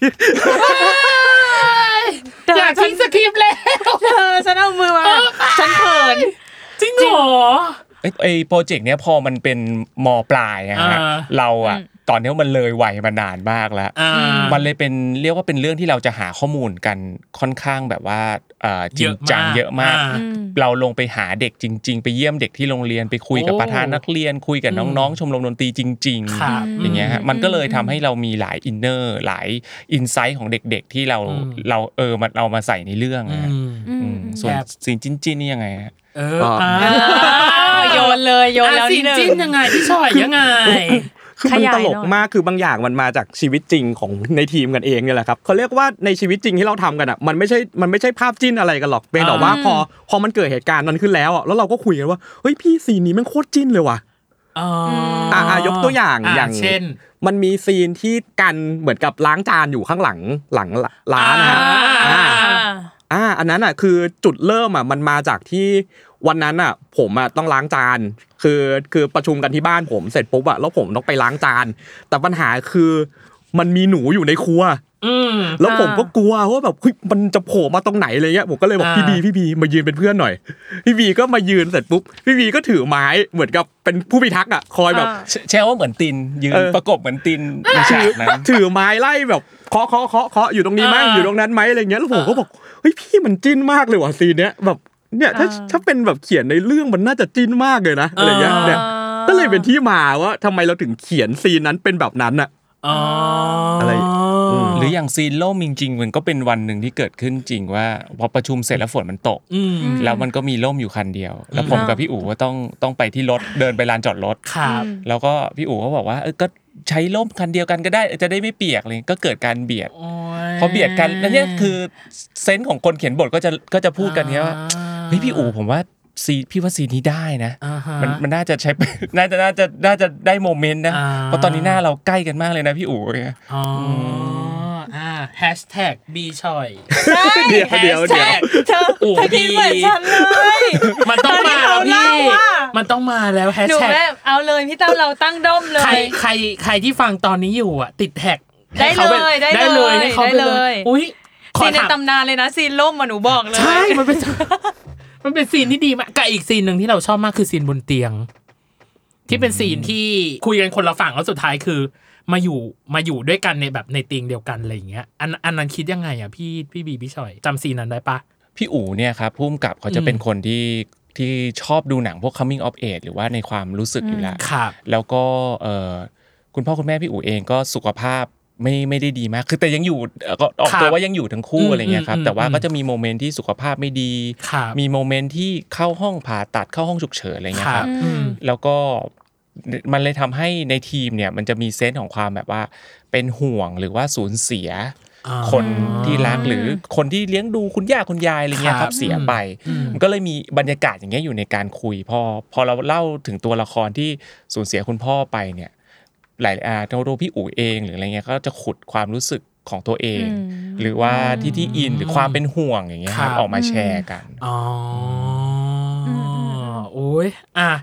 อยากทิ้งสคริปต์แล้วเธอฉันเอามือมาฉันเขินจริงเหรอไอ้ไอ้โปรเจกต์เนี้ยพอมันเป็นม.ปลายอะฮะเราอะตอนนี้มันเลยวัยมานานมากแล้วมันเลยเป็นเรียกว่าเป็นเรื่องที่เราจะหาข้อมูลกันค่อนข้างแบบว่าจริงจังเยอะมากเราลงไปหาเด็กจริงๆไปเยี่ยมเด็กที่โรงเรียนไปคุยกับประธานนักเรียนคุยกับน้องๆชมรมดนตรีจริงๆอย่างเงี้ยฮะมันก็เลยทำให้เรามีหลายอินเนอร์หลายอินไซต์ของเด็กๆที่เราเราเออมันเอามาใส่ในเรื่องนะส่วนสิ่งจิ้นๆนี่ยังไงฮะเออโยนเลยโยนแล้วนี่จิ้นยังไงพี่ชอยยังไงคือมันตลกมากคือบางอย่างมันมาจากชีวิตจริงของในทีมกันเองเนี่ยแหละครับเขาเรียกว่าในชีวิตจริงที่เราทำกันอ่ะมันไม่ใช่มันไม่ใช่ภาพจิ้นอะไรกันหรอกเป็นแต่ว่าพอพอมันเกิดเหตุการณ์นั้นขึ้นแล้วอ่ะแล้วเราก็คุยกันว่าเฮ้ยพี่ซีนนี้มันโคตรจิ้นเลยว่ะอ๋ออ่ายกตัวอย่างอย่างเช่นมันมีซีนที่กันเหมือนกับล้างจานอยู่ข้างหลังหลังร้านนะฮะอ่าอันนั้นอ่ะคือจุดเริ่มอ่ะมันมาจากที่วันนั้นอ่ะผมอ่ะต้องล้างจานคือคือประชุมกันที่บ้านผมเสร็จปุ๊บอ่ะแล้วผมต้องไปล้างจานแต่ปัญหาคือมันมีหนูอยู่ในครัวแล้วผมก็กลัวว่าแบบเฮ้ยมันจะโผล่มาตรงไหนอะไรเงี้ยผมก็เลยบอกพี่บีพี่บีมายืนเป็นเพื่อนหน่อยพี่บีก็มายืนเสร็จปุ๊บพี่บีก็ถือไม้เหมือนกับเป็นผู้พิทักษ์อ่ะคอยแบบแช่ว่าเหมือนตินยืนประกบเหมือนตินถือถือไม้ไล่แบบเคาะเคาะเคาะเคาะอยู่ตรงนี้มั้ยอยู่ตรงนั้นมั้ยอะไรเงี้ยแล้วผมก็บอกเฮ้ยพี่มันจิ้นมากเลยว่ะซีนเนี้ยแบบเนี่ยถ้าถ้าเป็นแบบเขียนในเรื่องมันน่าจะจิ้นมากเลยนะอะไรเงี้ยเนี่ยก็เลยเป็นที่มาว่าทำไมเราถึงเขียนซีนนั้นเป็นแบบนั้นอ่ะอะไรหรืออย่างซีนล่มจริงๆมันก็เป็นวันนึงที่เกิดขึ้นจริงว่าพอประชุมเสร็จแล้วฝนมันตกแล้วมันก็มีล่มอยู่คันเดียวแล้วผมกับพี่อู๋ก็ต้องต้องไปที่รถเดินไปลานจอดรถแล้วก็พี่อู๋ก็บอกว่าเออก็ใช้ล่มคันเดียวกันก็ได้จะได้ไม่เปียกเลยก็เกิดการเบียดพอเบียดกันแล้วเนี่ยคือเซนส์ของคนเขียนบทก็จะก็จะพูดกันเนี้ยว่าเฮ้ยพี่อู๋ผมว่าซีพี่ว่าซีนนี้ได้นะมันมันน่าจะใช้น่าจะน่าจะน่าจะได้โมเมนต์นะเพราะตอนนี้หน้าเราใกล้กันมากเลยนะพี่อู๋เนี่ยอ๋ออ่าแฮชแท็กบีชอยเดี๋ยวเดี๋ยวเดี๋ยวเธอเธอคิดเหมือนฉันเลยมันต้องมาแล้วพี่มันต้องมาแล้วแฮชแท็กเอาเลยพี่ตั้มเราตั้งด้อมเลยใครใครใครที่ฟังตอนนี้อยู่อ่ะติดแท็กได้เลยได้เลยให้เขาไปเลยอุ้ยซีนในตำนานเลยนะซีนล่มอ่ะหนูบอกเลยใช่มันเป็นมันเป็นซีนที่ดีมากกับอีกซีนนึงที่เราชอบมากคือซีนบนเตียงที่เป็นซีนที่คุยกันคนละฝั่งแล้วสุดท้ายคือมาอยู่มาอยู่ด้วยกันในแบบในเตียงเดียวกันอะไรอย่างเงี้ยอันอันนั้นคิดยังไงอ่ะพี่พี่บีพี่ชอยจำซีนนั้นได้ปะพี่อู๋เนี่ยครับผู้กำกับเขาจะเป็นคนที่ที่ชอบดูหนังพวก coming of age หรือว่าในความรู้สึกอยู่แล้วแล้วก็เอ่อคุณพ่อคุณแม่พี่อู๋เองก็สุขภาพไม่ไม่ได้ดีมากคือแต่ยังอยู่ก็ออกตัวว่ายังอยู่ทั้งคู่อะไรเงี้ยครับแต่ว่าก็จะมีโมเมนต์ที่สุขภาพไม่ดีมีโมเมนต์ที่เข้าห้องผ่าตัดเข้าห้องฉุกเฉินอะไรเงี้ยครับแล้วก็มันเลยทำให้ในทีมเนี่ยมันจะมีเซนส์ของความแบบว่าเป็นห่วงหรือว่าสูญเสียคนที่รักหรือคนที่เลี้ยงดูคุณย่าคุณยายอะไรเงี้ยครับเสียไปมันก็เลยมีบรรยากาศอย่างเงี้ยอยู่ในการคุยพอพอเราเล่าถึงตัวละครที่สูญเสียคุณพ่อไปเนี่ยหลายอ่าตัวพี่อู๋เองหรืออะไรเงี้ยก็จะขุดความรู้สึกของตัวเองหรือว่าที่ที่อินหรือความเป็นห่วงอย่างเงี้ยครับออกมาแชร์กันอ๋อโอ้ยอ่ะ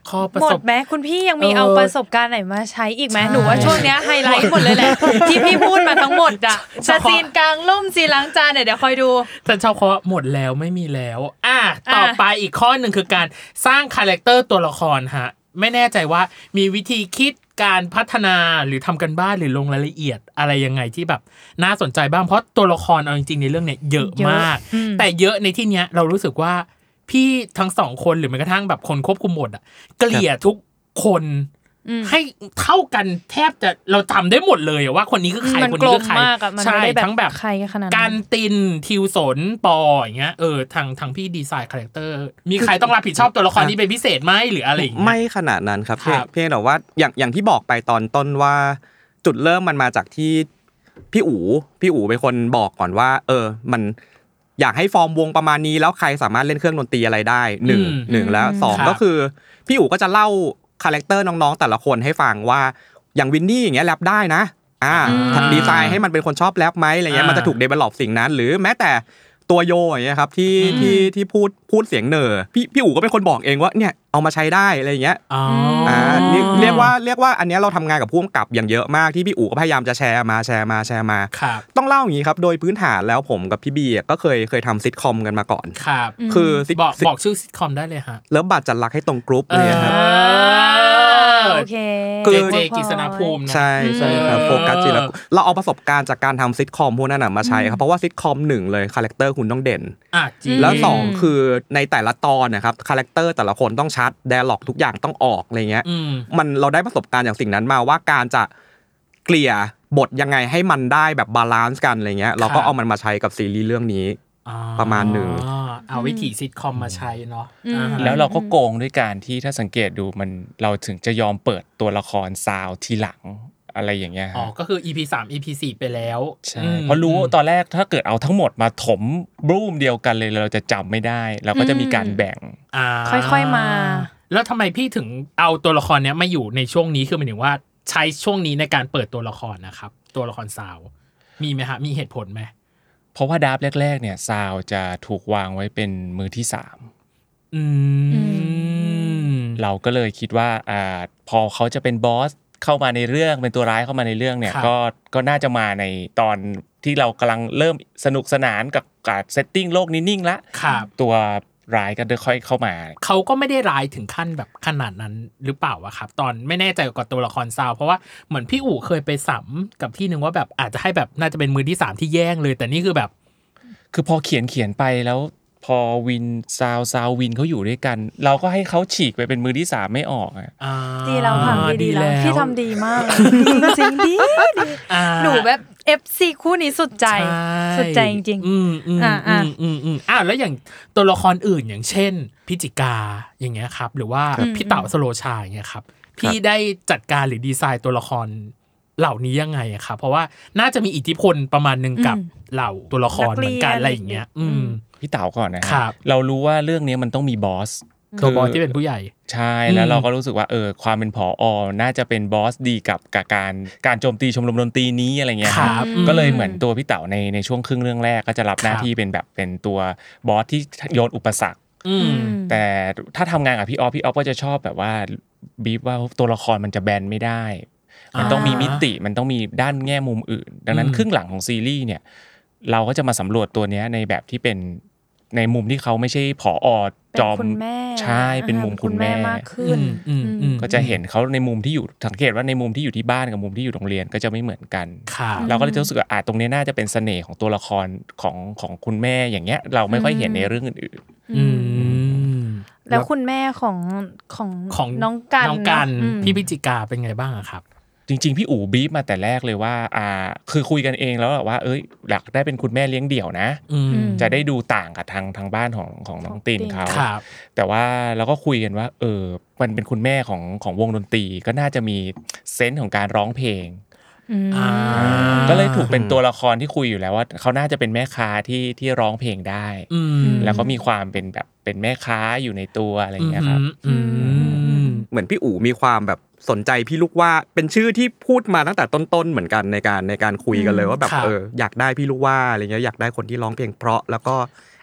ข้อประหมสดบไหมคุณพี่ยังมีเอาประสบการณ์ไหนมาใช้อีกไหมหนูว่าช่วงเนี้ยไฮไลท์หมดเลยแหละที่พี่พูดมาทั้งหมดอ่ะจะซีนกลางล่มซีนล้างจานเนี่ยเดี๋ยวคอยดูแต่ชอบเพราะหมดแล้วไม่มีแล้วอ่ะต่อไปอีกข้อหนึ่งคือการสร้างคาแรคเตอร์ตัวละครฮะไม่แน่ใจว่ามีวิธีคิดการพัฒนาหรือทำกันบ้านหรือลงรายละเอียดอะไรยังไงที่แบบน่าสนใจบ้างเพราะตัวละครเอาจริงๆในเรื่องเนี้ยเยอะมากแต่เยอะในที่เนี้ยเรารู้สึกว่าพี่ทั้งสองคนหรือแม้กระทั่งแบบคนควบคุมบทอ่ะเกลี่ยทุกคนให้เท่ากันแทบจะเราจำได้หมดเลยว่าคนนี้คือใครคนนี้คือใครใช่ทั้งแบบการตินทิวสนปออย่างเงี้ยเออทางทางพี่ดีไซน์คาแรคเตอร์มีใครต้องรับผิดชอบตัวละครนี้เป็นพิเศษไหมหรืออะไรอย่างเงี้ยไม่ขนาดนั้นครับเพียงแต่ว่าอย่างอย่างที่บอกไปตอนต้นว่าจุดเริ่มมันมาจากที่พี่อู๋พี่อู๋เป็นคนบอกก่อนว่าเออมันอยากให้ฟอร์มวงประมาณนี้แล้วใครสามารถเล่นเครื่องดนตรีอะไรได้หนึ่ง หนึ่งแล้วสองก็คือพี่อู๋ก็จะเล่าคาแรคเตอร์น้องๆแต่ละคนให้ฟังว่าอย่างวินนี่อย่างเงี้ยแรปได้นะอ่าดีไซน์ให้มันเป็นคนชอบแรปมั้ยอะไรเงี้ยมันจะถูกเดเวลลอปสิ่งนั้นหรือแม้แต่ตัวโยอย่างเงี้ยครับที่ที่ที่พูดพูดเสียงเหน่อพี่พี่อู๋ก็เป็นคนบอกเองว่าเนี่ยเอามาใช้ได้อะไรอย่างเงี้ยอ๋ออ่าเรียกว่าเรียกว่าอันเนี้ยเราทำงานกับผู้กำกับอย่างเยอะมากที่พี่อู๋ก็พยายามจะแชร์มาแชร์มาแชร์มาต้องเล่าอย่างงี้ครับโดยพื้นฐานแล้วผมกับพี่บีก็เคยเคยทำซิทคอมกันมาก่อนครับคือบอกบอกชื่อซิทคอมได้เลยฮะเลิฟบัตรจัดรักให้ตรงกรุ๊ปเลยครับโอเคคือเจกิษณภูมิใช่ใช่ครับโฟกัสจิรเราเอาประสบการณ์จากการทำซิทคอมพวกนั้นน่ะมาใช้ครับเพราะว่าซิทคอมหนึ่งเลยคาแรคเตอร์คุณต้องเด่นแล้วสองคือในแต่ละตอนนะครับคาแรคเตอร์แต่ละคนต้องชัดไดอะล็อกทุกอย่างต้องออกอะไรเงี้ยมันเราได้ประสบการณ์อย่างสิ่งนั้นมาว่าการจะเกลี่ยบทยังไงให้มันได้แบบบาลานซ์กันอะไรเงี้ยเราก็เอามันมาใช้กับซีรีส์เรื่องนี้ประมาณนึงเอาวิธีซิทคอมมาใช้เนาะแล้วเราก็โกงด้วยการที่ถ้าสังเกตดูมันเราถึงจะยอมเปิดตัวละครซาวทีหลังอะไรอย่างเงี้ยอ๋อก็คือ อี พี สาม อี พี สี่ไปแล้วใช่เพราะรู้ตอนแรกถ้าเกิดเอาทั้งหมดมาถมบลูมเดียวกันเลยเราจะจำไม่ได้เราก็จะมีการแบ่งค่อยๆมาแล้วทำไมพี่ถึงเอาตัวละครเนี้ยมาอยู่ในช่วงนี้คือหมายถึงว่าใช้ช่วงนี้ในการเปิดตัวละครนะครับตัวละครซาวมีไหมฮะมีเหตุผลไหมเพราะว่าดราฟแรกๆเนี่ยซาวจะถูกวางไว้เป็นมือที่สามอืมเราก็เลยคิดว่าอ่าพอเขาจะเป็นบอสเข้ามาในเรื่องเป็นตัวร้ายเข้ามาในเรื่องเนี่ยก็ก็น่าจะมาในตอนที่เรากำลังเริ่มสนุกสนานกับการเซตติ้งโลกนิ่งๆแล้วตัวร้ายก็ค่อยเข้ามาเขาก็ไม่ได้ร้ายถึงขั้นแบบขนาดนั้นหรือเปล่าวะครับตอนไม่แน่ใจกับตัวละครซาวเพราะว่าเหมือนพี่อู๋เคยไปสัมกับที่นึงว่าแบบอาจจะให้แบบน่าจะเป็นมือที่สามที่แย่งเลยแต่นี่คือแบบคือพอเขียนเขียนไปแล้วพอวินซาวซาววินเขาอยู่ด้วยกันเราก็ให้เขาฉีกไปเป็นมือที่สามไม่ออกอ่ะดีแล้วค่ะดีแล้วพี่ทำดีมากจริงดีหนูแบบ เอฟ ซี คู่นี้สุดใจสุดใจจริงๆอืมๆอ่าๆอืมๆอ้าวแล้วอย่างตัวละครอื่นอย่างเช่นพิจิกาอย่างเงี้ยครับหรือว่าพี่เต๋าสโลชาอย่างเงี้ยครับพี่ได้จัดการหรือดีไซน์ตัวละครเหล่านี้ยังไงอะครับเพราะว่าน่าจะมีอิทธิพลประมาณนึงกับเหล่าตัวละครเหมือนกันอะไรอย่างเงี้ยอืมพี่เต๋าก่อนนะครับเรารู้ว่าเรื่องนี้มันต้องมีบอสคือบอสที่เป็นผู้ใหญ่ใช่แล้วเราก็รู้สึกว่าเออความเป็นผอ.น่าจะเป็นบอสดีกับกับการการโจมตีชมรมดนตรีนี้อะไรเงี้ยก็เลยเหมือนตัวพี่เต๋าในในช่วงครึ่งเรื่องแรกก็จะรับหน้าที่เป็นแบบเป็นตัวบอสที่โยนอุปสรรคแต่ถ้าทำงานกับพี่ออฟพี่ออฟก็จะชอบแบบว่าบีฟว่าตัวละครมันจะแบนไม่ได้มันต้องมีมิติมันต้องมีด้านแง่มุมอื่นดังนั้นครึ่งหลังของซีรีส์เนี่ยเราก็จะมาสำรวจตัวเนี้ยในแบบที่เป็นในมุมที่เขาไม่ใช่ผอ.จอมใช่เป็นมุมคุณแม่มากขึ้นก็จะเห็นเขาในมุมที่อยู่สังเกตว่าในมุมที่อยู่ที่บ้านกับมุมที่อยู่โรงเรียนก็จะไม่เหมือนกันเราก็เลยรู้สึกว่าอ่ะตรงนี้น่าจะเป็นเสน่ห์ของตัวละครของของคุณแม่อย่างเงี้ยเราไม่ค่อยเห็นในเรื่องอื่นๆแล้วคุณแม่ของของของน้องกันน้องกันพี่พิจิกาเป็นไงบ้างครับจริงๆพี่อู๋บีฟมาแต่แรกเลยว่าอ่าคือคุยกันเองแล้วว่าเอ้ยอยากได้เป็นคุณแม่เลี้ยงเดี่ยวนะจะได้ดูต่างกับทางทางบ้านของของน้องตินเขาแต่ว่าเราก็คุยกันว่าเออมันเป็นคุณแม่ของของวงดนตรีก็น่าจะมีเซนส์ของการร้องเพลงก็เลยถูกเป็นตัวละครที่คุยอยู่แล้วว่าเขาน่าจะเป็นแม่ค้าที่ที่ร้องเพลงได้แล้วก็มีความเป็นแบบเป็นแม่ค้าอยู่ในตัวอะไรอย่างเงี้ยครับเหมือนพี่อู๋มีความแบบสนใจพี่ลูกว่าเป็นชื่อที่พูดมาตั้งแต่ต้นๆเหมือนกันในการในการคุยกันเลยว่าแบบเอออยากได้พี่ลูกว่าอะไรเงี้ยอยากได้คนที่ร้องเพลงเพราะแล้วก็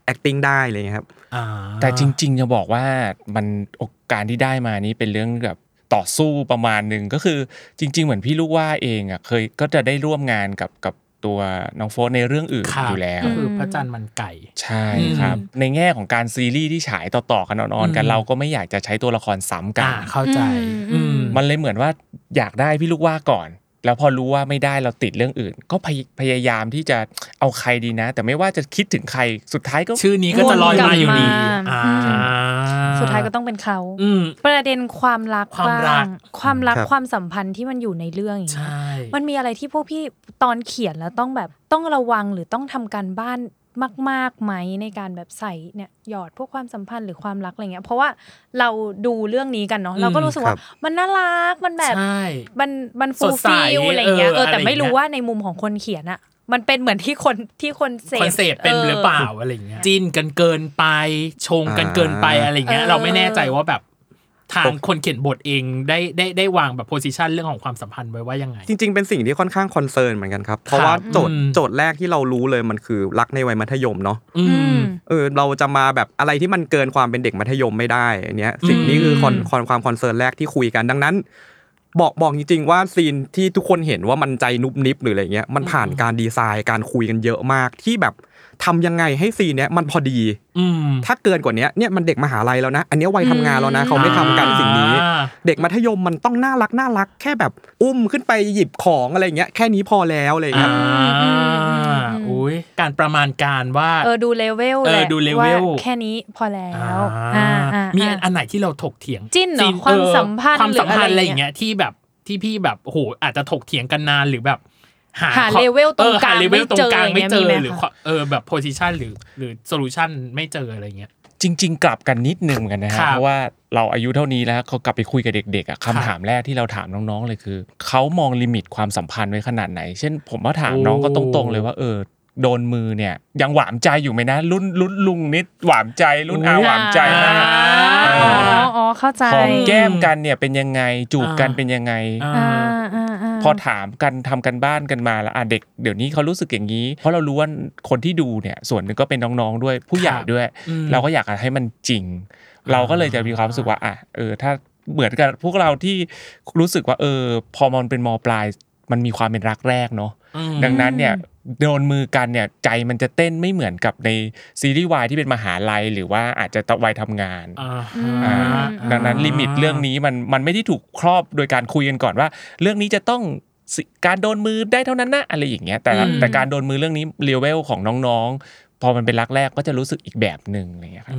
acting ได้อะไรเงี้ยครับแต่จริงๆจะบอกว่ามันโอกาสที่ได้มานี้เป็นเรื่องแบบต่อสู้ประมาณนึงก็คือจริงๆเหมือนพี่ลูกว่าเองอ่ะเคยก็จะได้ร่วมงานกับกับตัวน้องโฟร์ในเรื่องอื่นอยู่แล้วก็คือพระจันทร์มันไก่ใช่ครับในแง่ของการซีรีส์ที่ฉายต่อๆกันนอนๆกันเราก็ไม่อยากจะใช้ตัวละครซ้ำกันเข้าใจมันเลยเหมือนว่าอยากได้พี่ลูกว่าก่อนแล้วพอรู้ว่าไม่ได้เราติดเรื่องอื่นก็พยายามที่จะเอาใครดีนะแต่ไม่ว่าจะคิดถึงใครสุดท้ายก็ชื่อนี้ก็จะลอยมาอยู่ดีสุดท้ายก็ต้องเป็นเขาประเด็นความรักความรักความรักความสัมพันธ์ที่มันอยู่ในเรื่องอย่างเงี้ยมันมีอะไรที่พวกพี่ตอนเขียนแล้วต้องแบบต้องระวังหรือต้องทำการบ้านมากๆไหมในการแบบใส่เนี่ยหยอดพวกความสัมพันธ์หรือความรักอะไรเงี้ยเพราะว่าเราดูเรื่องนี้กันเนาะเราก็รู้สึกว่ามันน่ารักมันแบบมันมันฟูลฟิลอะไรเงี้ยเออแต่ไม่รู้ว่าในมุมของคนเขียนอะมันเป็นเหมือนที่คนที่คนเสพคนเสพเป็นหรือเปล่าอะไรเงี้ยจิ้นกันเกินไปชงกันเกินไปอะไรเงี้ยเราไม่แน่ใจว่าแบบทางคนเขียนบทเองได้ได้ได้วางแบบโพสิชันเรื่องของความสัมพันธ์ไว้ว่ายังไงจริงๆเป็นสิ่งที่ค่อนข้างคอนเซิร์นเหมือนกันครับเพราะว่าโจทย์โจทย์แรกที่เรารู้เลยมันคือรักในวัยมัธยมเนาะเออเราจะมาแบบอะไรที่มันเกินความเป็นเด็กมัธยมไม่ได้อันเนี้ยสิ่งนี้คือความความคอนเซิร์นแรกที่คุยกันดังนั้นบอกบอกจริงๆว่าซีนที่ทุกคนเห็นว่ามันใจนุบนิบหรืออะไรเงี้ยมันผ่านการดีไซน์การคุยกันเยอะมากที่แบบทำยังไงให้ซีนเนี้ยมันพอดีถ้าเกินกว่านี้เนี่ยมันเด็กมหาลัยแล้วนะอันนี้วัยทำงานแล้วนะเขาไม่ทำกันสิ่งนี้เด็กมัธยมมันต้องน่ารักน่ารักแค่แบบอุ้มขึ้นไปหยิบของอะไรเงี้ยแค่นี้พอแล้วอะไรเงี้ยอุ้ยการประมาณการว่าเออดูเลเวลแหละว่าแค่นี้พอแล้วมีอันไหนที่เราถกเถียงจิ้นเนาะความสัมพันธ์ความสัมพันธ์อะไรอย่างเงี้ยที่แบบที่พี่แบบโอ้โหอาจจะถกเถียงกันนานหรือแบบหาเลเวลตรงกลางไม่เจอไม่เจอหรือเออแบบโพสิชันหรือหรือโซลูชันไม่เจออะไรเงี้ยจริงๆกลับกันนิดนึงกันนะฮะเพราะว่าเราอายุเท่านี้แล้วเขากลับไปคุยกับเด็กๆอ่ะคำถามแรกที่เราถามน้องๆเลยคือเขามองลิมิตความสัมพันธ์ไว้ขนาดไหนเช่นผมว่าถามน้องก็ตรงๆเลยว่าเออโดนมือเนี่ยยังหวามใจอยู่ไหมนะรุ่นรุ่นลุงนิดหวามใจรุ่นอาหวามใจมากอ๋ออ๋อเข้าใจหอมแก้มกันเนี่ยเป็นยังไงจูบกันเป็นยังไงพอถามกันทำกันบ้านกันมาแล้วอ่ะเด็กเดี๋ยวนี้เขารู้สึกอย่างนี้เพราะเรารู้ว่าคนที่ดูเนี่ยส่วนนึงก็เป็นน้องๆด้วยผู้ใหญ่ด้วยเราก็อยากให้มันจริงเราก็เลยจะมีความรู้สึกว่าอ่ะเออถ้าเหมือนกับพวกเราที่รู้สึกว่าเออพอมันเป็นม.ปลายมันมีความเป็นรักแรกเนาะดังนั้นเนี่ยโดนมือกันเนี่ยใจมันจะเต้นไม่เหมือนกับในซีรีส์วายที่เป็นมหาลัยหรือว่าอาจจะวัยทำงานดังนั้นลิมิตเรื่องนี้มันมันไม่ได้ถูกครอบโดยการคุยกันก่อนว่าเรื่องนี้จะต้องการโดนมือได้เท่านั้นนะอะไรอย่างเงี้ยแต่แต่การโดนมือเรื่องนี้เลเวลของน้องๆพอมันเป็นรักแรกก็จะรู้สึกอีกแบบนึงอะไรอย่างเงี้ยครับ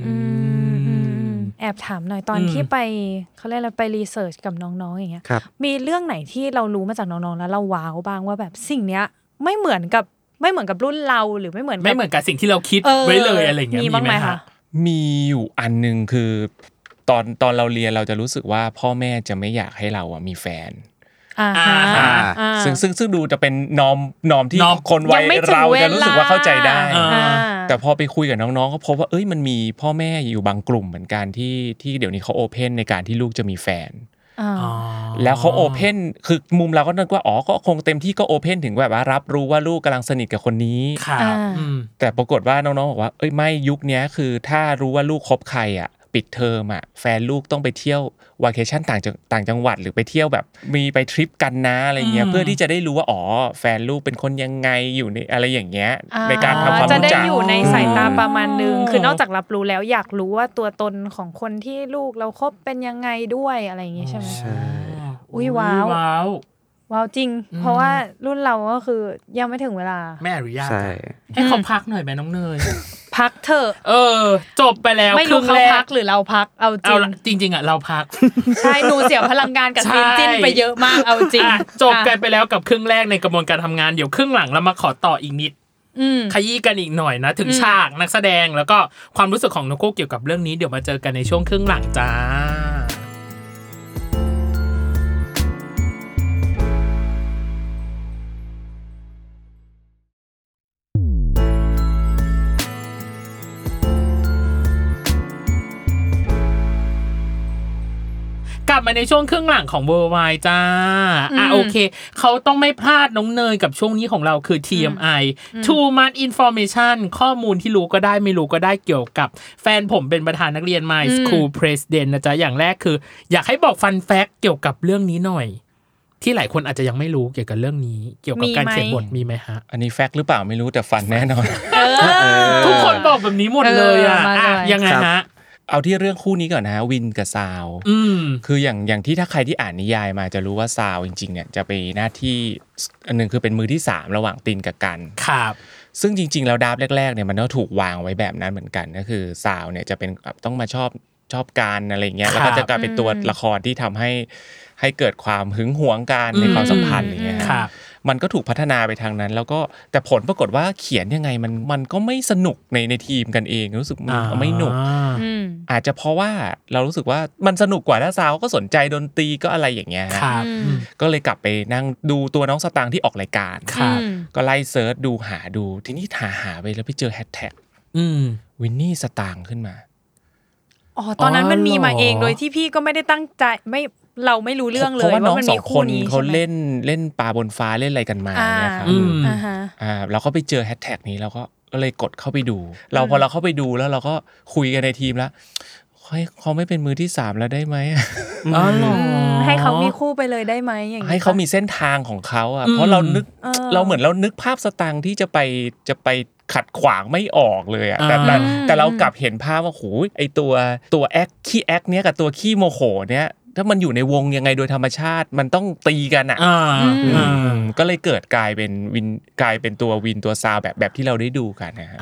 แอบถามหน่อยตอนที่ไปเขาเรียกอะไรไปรีเสิร์ชกับน้องๆอย่างเงี้ยมีเรื่องไหนที่เรารู้มาจากน้องๆแล้วเราว้าวบ้างว่าแบบสิ่งเนี้ยไม่เหมือนกับไม่เหมือนกับรุ่นเราหรือไม่เหมือนไม่เหมือนกับสิ่งที่เราคิดไว้เลยอะไรเงี้ยมีบ้างไหมคะมีอยู่อันนึงคือตอนตอนเราเรียนเราจะรู้สึกว่าพ่อแม่จะไม่อยากให้เราอ่ะมีแฟนซึ่งซึ่งซึ่งดูจะเป็นนอมนอมที่คนวัยเราจะรู้สึกว่าเข้าใจได้แต่พอไปคุยกับน้องๆก็พบว่าเอ้ยมันมีพ่อแม่อยู่บางกลุ่มเหมือนกันที่ที่เดี๋ยวนี้เขาโอเพ่นในการที่ลูกจะมีแฟนแล้วเขาโอเพ่นคือมุมเราก็นึกว่าอ๋อก็คงเต็มที่ก็โอเพ่นถึงแบบว่ารับรู้ว่าลูกกำลังสนิทกับคนนี้แต่ปรากฏว่าน้องๆบอกว่าเอ้ยไม่ยุคนี้คือถ้ารู้ว่าลูกคบใครอ่ะปิดเทอมอ่ะแฟนลูกต้องไปเที่ยววาเคชั่นต่างต่างจังหวัดหรือไปเที่ยวแบบมีไปทริปกันนะอะไรเงี้ยเพื่อที่จะได้รู้ว่าอ๋อแฟนลูกเป็นคนยังไงอยู่ในอะไรอย่างเงี้ยในการทำความรู้จักจะได้อยู่ในสายตาประมาณนึงคือนอกจากรับรู้แล้วอยากรู้ว่าตัวตนของคนที่ลูกเราคบเป็นยังไงด้วยอะไรอย่างงี้ใช่ไหมอุ้ยว้าวว้าวว้าวจริงเพราะว่ารุ่นเราก็คือยังไม่ถึงเวลาแม่อนุญาตให้เขาพักหน่อยไหมน้องเนยพักเถอะเออจบไปแล้วไม่รู้เขาพักหรือเราพักเอาจริงจริงๆอ่ะเราพักใช่หนูเสียพลังงานกับซีนจิ้นไปเยอะมากเอาจริงจบกันไปแล้วกับครึ่งแรกในกระบวนการทำงานเดี๋ยวครึ่งหลังเรามาขอต่ออีกนิดขยี้กันอีกหน่อยนะถึงฉากนักแสดงแล้วก็ความรู้สึกของนโก้เกี่ยวกับเรื่องนี้เดี๋ยวมาเจอกันในช่วงครึ่งหลังจ้ากลับมาในช่วงครึ่งหลังของ Worldwide จ้าอ่ะโอเคเขาต้องไม่พลาดน้องเนยกับช่วงนี้ของเราคือ ที เอ็ม ไอ Too Much Information ข้อมูลที่รู้ก็ได้ไม่รู้ก็ได้เกี่ยวกับแฟนผมเป็นประธานนักเรียน My School President นะจ๊ะอย่างแรกคืออยากให้บอกฟันแฟกต์เกี่ยวกับเรื่องนี้หน่อยที่หลายคนอาจจะยังไม่รู้เกี่ยวกับเรื่องนี้เกี่ยวกับการเขียนบทมีไหมฮะอันนี้แฟกต์หรือเปล่าไม่รู้แต่ฟันแน่นอนทุกคนบอกแบบนี้หมดเลยอ่ะยังไงฮะเอาที่เรื่องคู่นี้ก่อนนะวินกับซาวคืออย่างอย่างที่ถ้าใครที่อ่านนิยายมาจะรู้ว่าซาวจริงๆเนี่ยจะไปหน้าที่อันนึงคือเป็นมือที่สามระหว่างตินกับกันครับซึ่งจริงๆแล้วดราฟแรกๆเนี่ยมันก็ถูกวางไว้แบบนั้นเหมือนกันก็คือซาวเนี่ยจะเป็นต้องมาชอบชอบการอะไรเงี้ยแล้วก็จะกลายเป็นตัวละครที่ทำให้ให้เกิดความหึงหวงกันในความสัมพันธ์อย่างเงี้ยมันก็ถูกพัฒนาไปทางนั้นแล้วก็แต่ผลปรากฏว่าเขียนยังไงมันมันก็ไม่สนุกในในทีมกันเองรู้สึกมันไม่หนุกอาจจะเพราะว่าเรารู้สึกว่ามันสนุกกว่าถ้าซาวก็สนใจดนตรีก็อะไรอย่างเงี้ยก็เลยกลับไปนั่งดูตัวน้องสตางค์ที่ออกรายการก็ไล่เซิร์ชดูหาดูทีนี้หาหาไปแล้วไปเจอแฮชแท็กวินนี่สตางค์ขึ้นมาอ๋อตอนนั้นมันมีมาเองโดยที่พี่ก็ไม่ได้ตั้งใจไม่เราไม่รู้เรื่องเลยว่ามันมีคู่นี้เขาเล่นเล่นปลาบนฟ้าเล่นอะไรกันมาเนี่ยครับอ่าเราก็ไปเจอแฮชแท็กนี้แล้วก็ก็เลยกดเข้าไปดูเราพอเราเข้าไปดูแล้วเราก็คุยกันในทีมแล้วให้เขาไม่เป็นมือที่สามแล้วได้ไหมอ๋อให้เขามีคู่ไปเลยได้ไหมอย่างนี้ให้เขามีเส้นทางของเขาอ่ะเพราะเรานึกเราเหมือนเรานึกภาพสตางค์ที่จะไปจะไปขัดขวางไม่ออกเลยอ่ะแต่แต่เรากลับเห็นภาพว่าโหไอตัวตัวแอคขี้แอคเนี้ยกับตัวขี้โมโหเนี้ยถ้ามันอยู่ในวงยังไงโดยธรรมชาติมันต้องตีกันอ่ะก็เลยเกิดกลายเป็นวินกลายเป็นตัววินตัวซาวแบบแบบที่เราได้ดูกันนะฮะ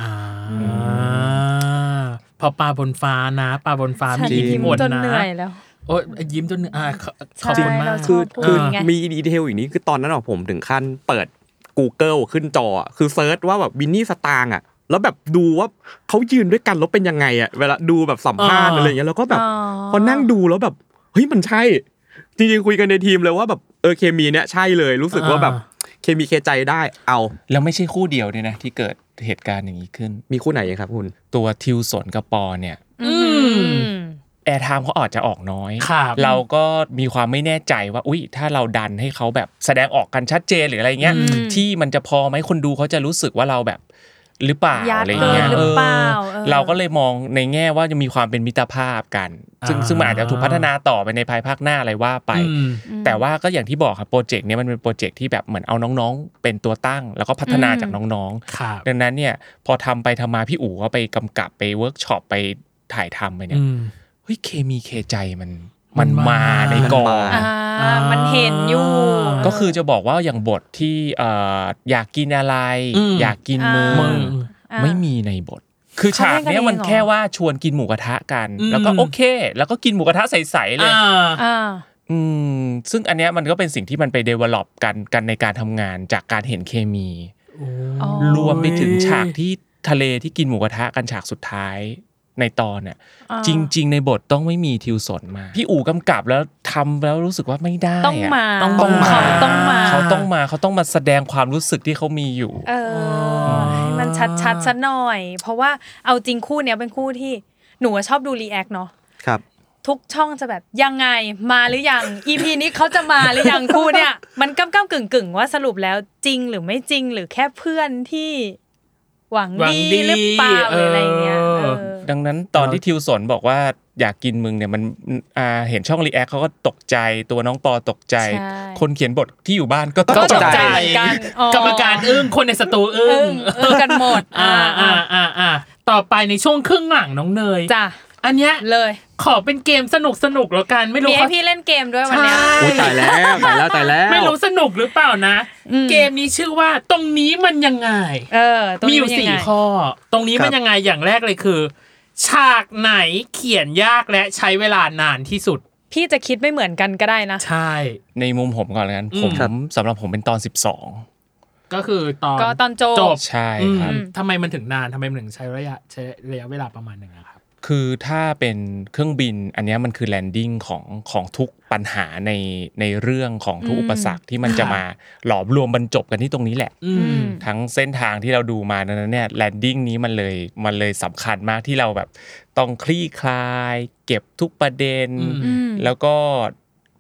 พอปลาบนฟ้านะปลาบนฟ้ามีอิทธิพลนะโอ้ยิ้มจนอ่าขอบคุณมากคือคือมีดีเทลอย่างนี้คือตอนนั้นผมถึงขั้นเปิด Google ขึ้นจอคือเซิร์ชว่าแบบวินนี่สตางค์อ่ะแล้วแบบดูว่าเขายืนด้วยกันแล้วเป็นยังไงอ่ะเวลาดูแบบสัมภาษณ์อะไรอย่างเงี้ยแล้วก็แบบพอนั่งดูแล้วแบบเฮ้ยมันใช่จริงๆคุยกันในทีมเลยว่าแบบเออเคมีเนี้ยใช่เลยรู้สึกว่าแบบเคมีเคใจได้เอาแล้วไม่ใช่คู่เดียวด้วยนะที่เกิดเหตุการณ์อย่างนี้ขึ้นมีคู่ไหนครับคุณตัวทิวสนกับปอเนี่ยแอร์ไทม์เขาอาจจะออกน้อยเราก็มีความไม่แน่ใจว่าอุ๊ยถ้าเราดันให้เขาแบบแสดงออกกันชัดเจนหรืออะไรเงี้ยที่มันจะพอไหมคนดูเขาจะรู้สึกว่าเราแบบหรือเปล่าอะไรเงี้ยเออเราก็เลยมองในแง่ว่าจะมีความเป็นมิตรภาพกันซึ่งซึ่งมันอาจจะถูกพัฒนาต่อไปในภายภาคหน้าอะไรว่าไปแต่ว่าก็อย่างที่บอกครับโปรเจกต์นี้มันเป็นโปรเจกต์ที่แบบเหมือนเอาน้องๆเป็นตัวตั้งแล้วก็พัฒนาจากน้องๆดังนั้นเนี่ยพอทำไปทำมาพี่อู๋ก็ไปกำกับไปเวิร์กช็อปไปถ่ายทำไปเนี่ยเฮ้ยเคมีเคใจมันมันมาในกองมันเห็นอยู่ก็คือจะบอกว่าอย่างบทที่อยากกินอะไรอยากกินมือไม่มีในบทคือฉากเนี้ยมันแค่ว่าชวนกินหมูกระทะกันแล้วก็โอเคแล้วก็กินหมูกระทะใสๆเลยอืมซึ่งอันเนี้ยมันก็เป็นสิ่งที่มันไป develop กันกันในการทำงานจากการเห็นเคมีรวมไปถึงฉากที่ทะเลที่กินหมูกระทะกันฉากสุดท้ายในตอนเนี่ยจริงๆในบทต้องไม่มีทิวสนมาพี่อู๋กำกับแล้วทำแล้วรู้สึกว่าไม่ได้ต้องมาต้องมาต้องมาเขาต้องมาเขาต้องมาแสดงความรู้สึกที่เขามีอยู่เออให้มันชัดๆซะหน่อยเพราะว่าเอาจริงคู่เนี้ยเป็นคู่ที่หนูชอบดูรีแอคเนาะครับทุกช่องจะแบบยังไงมาหรือยัง อี พี นี้เขาจะมาหรือยังคู่เนี่ยมันก้ำๆกึ่งๆว่าสรุปแล้วจริงหรือไม่จริงหรือแค่เพื่อนที่หวังดีหรือเปล่าหรืออะไรเงี้ยดังนั้นตอนที่ทิวสนบอกว่าอยากกินมึงเนี่ยมันอ่าเห็นช่องรีแอคเขาก็ตกใจตัวน้องปอตกใจคนเขียนบทที่อยู่บ้านก็ตกใจเหมือนกันกรรมการอึ้งคนในสตูอึ้งอึ้งกันหมดอ่าอ่าอ่าอ่าต่อไปในช่วงครึ่งหลังน้องเนยจ้ะอันเนี้ยเลยขอเป็นเกมสนุกสนุกแล้วกันไม่รู้มีให้พี่เล่นเกมด้วยวันนี้อุ้ยตายแล้วตายแล้วตายแล้วไม่รู้สนุกหรือเปล่านะเกมนี้ชื่อว่าตรงนี้มันยังไงเออมีอยู่สี่ข้อตรงนี้มันยังไงอย่างแรกเลยคือฉากไหนเขียนยากและใช้เวลานานที่สุดพี่จะคิดไม่เหมือนกันก็ได้นะใช่ในมุมผมก่อนแล้วกันผมสำหรับผมเป็นตอนสิบสองก็คือตอนก็ตอนจบจบใช่ครับทำไมมันถึงนานทำไมมันถึงใช้ระยะใช้ระยะเวลาประมาณนึงอะครับคือถ้าเป็นเครื่องบินอันนี้มันคือแลนดิ้งของของทุกปัญหาในในเรื่องของทุกอุปสรรคที่มันจะมาหลอมรวมบรรจบกันที่ตรงนี้แหละทั้งเส้นทางที่เราดูมานั้นเนี่ยแลนดิ้งนี้มันเลยมันเลยสำคัญมากที่เราแบบต้องคลี่คลายเก็บทุกประเด็นแล้วก็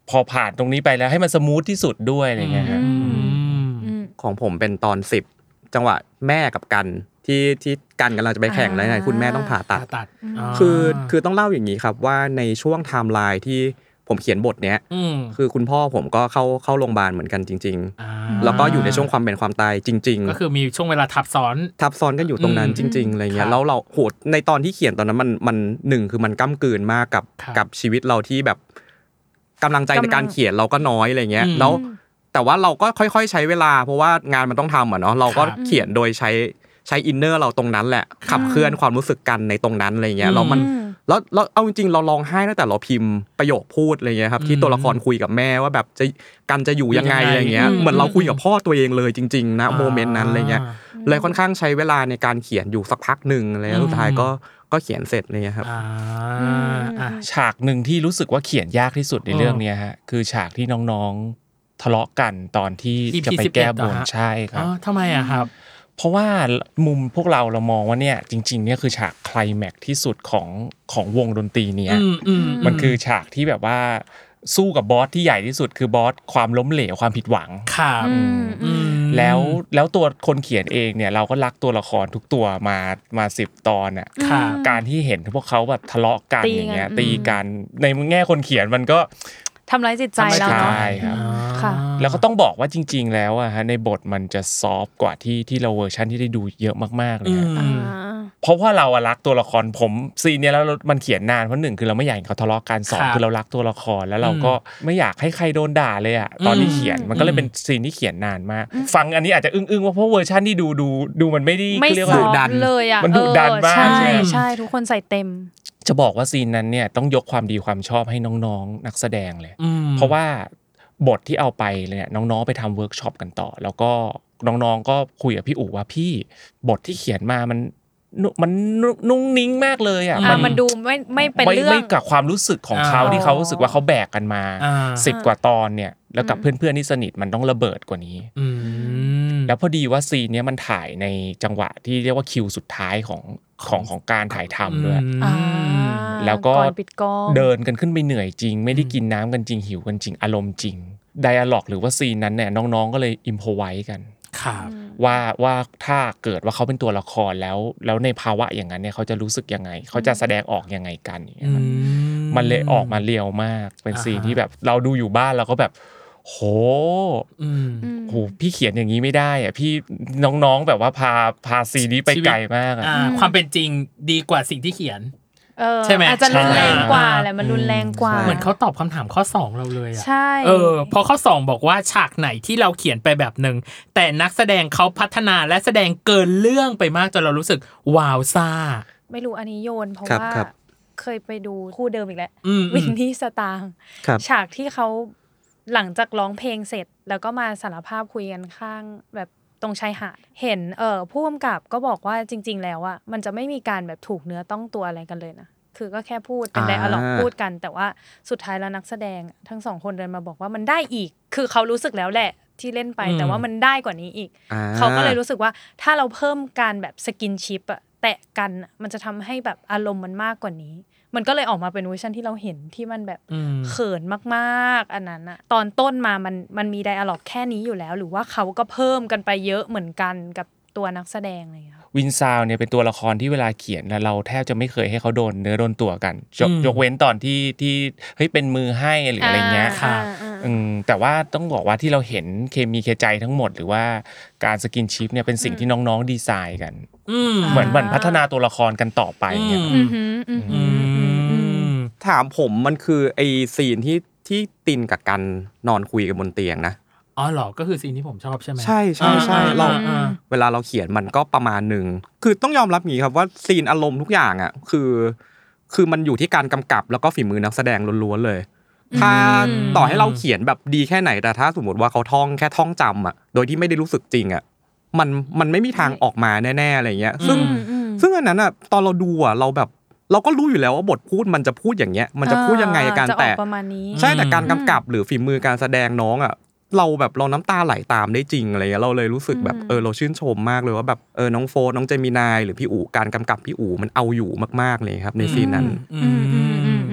พอผ่านตรงนี้ไปแล้วให้มันสมูทที่สุดด้วยอะไรเงี้ยฮะของผมเป็นตอนสิบจังหวะแม่กับกันที่ที่กันกำลังจะไปแข่งแล้วไงคุณแม่ต้องผ่าตัดคือคือต้องเล่าอย่างนี้ครับว่าในช่วงไทม์ไลน์ที่ผมเขียนบทเนี้ยคือคุณพ่อผมก็เข้าเข้าโรงพยาบาลเหมือนกันจริงๆแล้วก็อยู่ในช่วงความเป็นความตายจริงๆก็คือมีช่วงเวลาทับซ้อนทับซ้อนกันอยู่ตรงนั้นจริงๆอะไรเงี้ยแล้วเราโหในตอนที่เขียนตอนนั้นมันมันหนึ่งคือมันก้ำกลืนมากกับกับชีวิตเราที่แบบกำลังใจในการเขียนเราก็น้อยอะไรเงี้ยแล้วแต่ว่าเราก็ค่อยๆใช้เวลาเพราะว่างานมันต้องทำอ่ะเนาะเราก็เขียนโดยใช้ใช้อินเนอร์เราตรงนั้นแหละขับเคลื่อนความรู้สึกกันในตรงนั้นอะไรเงี้ยแล้วมันแล้วแล้วเอาจริงๆเราร้องไห้ตั้งแต่เราพิมพ์ประโยคพูดอะไรเงี้ยครับที่ตัวละครคุยกับแม่ว่าแบบจะกันจะอยู่ยังไงอะไรเงี้ยเหมือนเราคุยกับพ่อตัวเองเลยจริงๆนะโมเมนต์นั้นอะไรเงี้ยเลยค่อนข้างใช้เวลาในการเขียนอยู่สักพักนึงอะไรสุดท้ายก็ก็เขียนเสร็จเลยครับฉากนึงที่รู้สึกว่าเขียนยากที่สุดในเรื่องนี้ฮะคือฉากที่น้องๆทะเลาะกันตอนที่จะไปแก้บนใช่ครับทำไมอะครับเพราะว่ามุมพวกเราเรามองว่าเนี่ยจริงๆเนี่ยคือฉากไคลแม็กซ์ที่สุดของของวงดนตรีเนี้ยมันคือฉากที่แบบว่าสู้กับบอสที่ใหญ่ที่สุดคือบอสความล้มเหลวความผิดหวังครับแล้วแล้วตัวคนเขียนเองเนี่ยเราก็รักตัวละครทุกตัวมามาสิบตอนอ่ะการที่เห็นพวกเขาแบบทะเลาะกันอย่างเงี้ยตีกันในแง่คนเขียนมันก็ทำร้ายจิตใจเราเนาะใช่ครับแล้วก็ต้องบอกว่าจริงๆแล้วอะฮะในบทมันจะซอฟต์กว่าที่ที่เราเวอร์ชันที่ได้ดูเยอะมากๆเลยเพราะว่าเรารักตัวละครผมซีนเนี้ยแล้วมันเขียนนานเพราะหนึ่งคือเราไม่อยากให้เขาทะเลาะกันสองคือเรารักตัวละครแล้วเราก็ไม่อยากให้ใครโดนด่าเลยอะตอนที่เขียนมันก็เลยเป็นซีนที่เขียนนานมากฟังอันนี้อาจจะอึ้งๆว่าเพราะเวอร์ชันที่ดูดูดูมันไม่ได้เรียกว่าดุดันเลยอะมันดุดันมากใช่ใช่ทุกคนใส่เต็มจะบอกว่าซีนนั้นเนี่ยต้องยกความดีความชอบให้น้องๆนักแสดงเลยเพราะว่าบทที่เอาไปเนี่ยน้องๆไปทำเวิร์กช็อปกันต่อแล้วก็น้องๆก็คุยกับพี่อู๋ว่าพี่บทที่เขียนมามันมันนุ่งนิ่งมากเลยอ่ะมันดูไม่ไม่เป็นเรื่องไม่กับความรู้สึกของเขาที่เขารู้สึกว่าเขาแบกกันมาสิบกว่าตอนเนี่ยแล้วกับเพื่อนๆที่สนิทมันต้องระเบิดกว่านี้แล้วพอดีว่าซีนนี้มันถ่ายในจังหวะที่เรียกว่าคิวสุดท้ายของของของการถ่ายทำด้วยแล้วก็เดินกันขึ้นไปเหนื่อยจริงไม่ได้กินน้ำกันจริงหิวกันจริงอารมณ์จริงไดอะล็อกหรือว่าซีนนั้นเนี่ยน้องๆก็เลยอิมโพไวส์กันว่าว่าถ้าเกิดว่าเขาเป็นตัวละครแล้วแล้วในภาวะอย่างนั้นเนี่ยเขาจะรู้สึกยังไงเขาจะแสดงออกยังไงกันอย่างเงี้ยมันเลยออกมาเรียวมากเป็นซีนที่แบบเราดูอยู่บ้านเราก็แบบโหโหพี่เขียนอย่างนี้ไม่ได้อ่ะพี่น้องๆแบบว่าพาพาซีนี้ไปไกลมากอ่ะความเป็นจริงดีกว่าสิ่งที่เขียนใช่ไหมอาจจะรุนแรงกว่าแหละมันรุนแรงกว่าเหมือนเขาตอบคำถามข้อสองเราเลยอ่ะใช่เออพอข้อสองบอกว่าฉากไหนที่เราเขียนไปแบบนึงแต่นักแสดงเขาพัฒนาและแสดงเกินเรื่องไปมากจนเรารู้สึกว้าวซ่าไม่รู้อันนี้โยนเพราะว่าเคยไปดูคู่เดิมอีกแล้ววินนี่สตางค์ฉากที่เขาหลังจากร้องเพลงเสร็จแล้วก็มาสารภาพคุยกันข้างแบบตรงชายหาดเห็นเออผู้กำกับก็บอกว่าจริงๆแล้วอ่ะมันจะไม่มีการแบบถูกเนื้อต้องตัวอะไรกันเลยนะคือก็แค่พูดเป็นไดอะล็อกพูดกันแต่ว่าสุดท้ายแล้วนักแสดงทั้งสองคนเดินมาบอกว่ามันได้อีกคือเขารู้สึกแล้วแหละที่เล่นไปแต่ว่ามันได้กว่านี้อีกเขาก็เลยรู้สึกว่าถ้าเราเพิ่มการแบบสกินชิปอะแตะกันมันจะทำให้แบบอารมณ์มันมากกว่านี้มันก็เลยออกมาเป็นเวอร์ชันที่เราเห็นที่มันแบบเขินมากๆอันนั้นอะตอนต้นมามันมันมีไดอะล็อกแค่นี้อยู่แล้วหรือว่าเขาก็เพิ่มกันไปเยอะเหมือนกันกับตัวนักแสดงอะไรอย่างเงี้ยวินซาวเนี่ยเป็นตัวละครที่เวลาเขียนแล้วเราแทบจะไม่เคยให้เขาโดนเนื้อโดนตัวกันยกเว้นตอนที่ที่เฮ้ยเป็นมือให้หรืออะไรเงี้ยค่ะแต่ว่าต้องบอกว่าที่เราเห็นเคมีเคใจทั้งหมดหรือว่าการสกินชิปเนี่ยเป็นสิ่งที่น้องๆดีไซน์กันเหมือนเหมือนพัฒนาตัวละครกันต่อไปเนี่ยถามผมมันคือไอซีนที่ที่ตินกับกันนอนคุยกันบนเตียงนะอ๋อเหรอก็คือซีนที่ผมชอบใช่ไหมใช่ใช่ใช่เราเวลาเราเขียนมันก็ประมาณหนึ่งคือต้องยอมรับงี้ครับว่าซีนอารมณ์ทุกอย่างอ่ะคือคือมันอยู่ที่การกำกับแล้วก็ฝีมือนักแสดงล้วนๆเลยถ้าต่อให้เราเขียนแบบดีแค่ไหนแต่ถ้าสมมติว่าเขาท่องแค่ท่องจำอ่ะโดยที่ไม่ได้รู้สึกจริงอ่ะมันมันไม่มีทางออกมาแน่ๆอะไรเงี้ยซึ่งซึ่งอันนั้นอ่ะตอนเราดูอ่ะเราแบบเราก็รู้อยู่แล้วว่าบทพูดมันจะพูดอย่างเงี้ยมันจะพูดยังไงการแต่ใช่แต่การกำกับหรือฝีมือการแสดงน้องอ่ะเราแบบเราน้ำตาไหลตามได้จริงอะไรเงี้ยเราเลยรู้สึกแบบเออเราชื่นชมมากเลยว่าแบบเออน้องโฟร์น้องเจมินายหรือพี่อู๋การกำกับพี่อู๋มันเอาอยู่มากๆเลยครับในซีนนั้น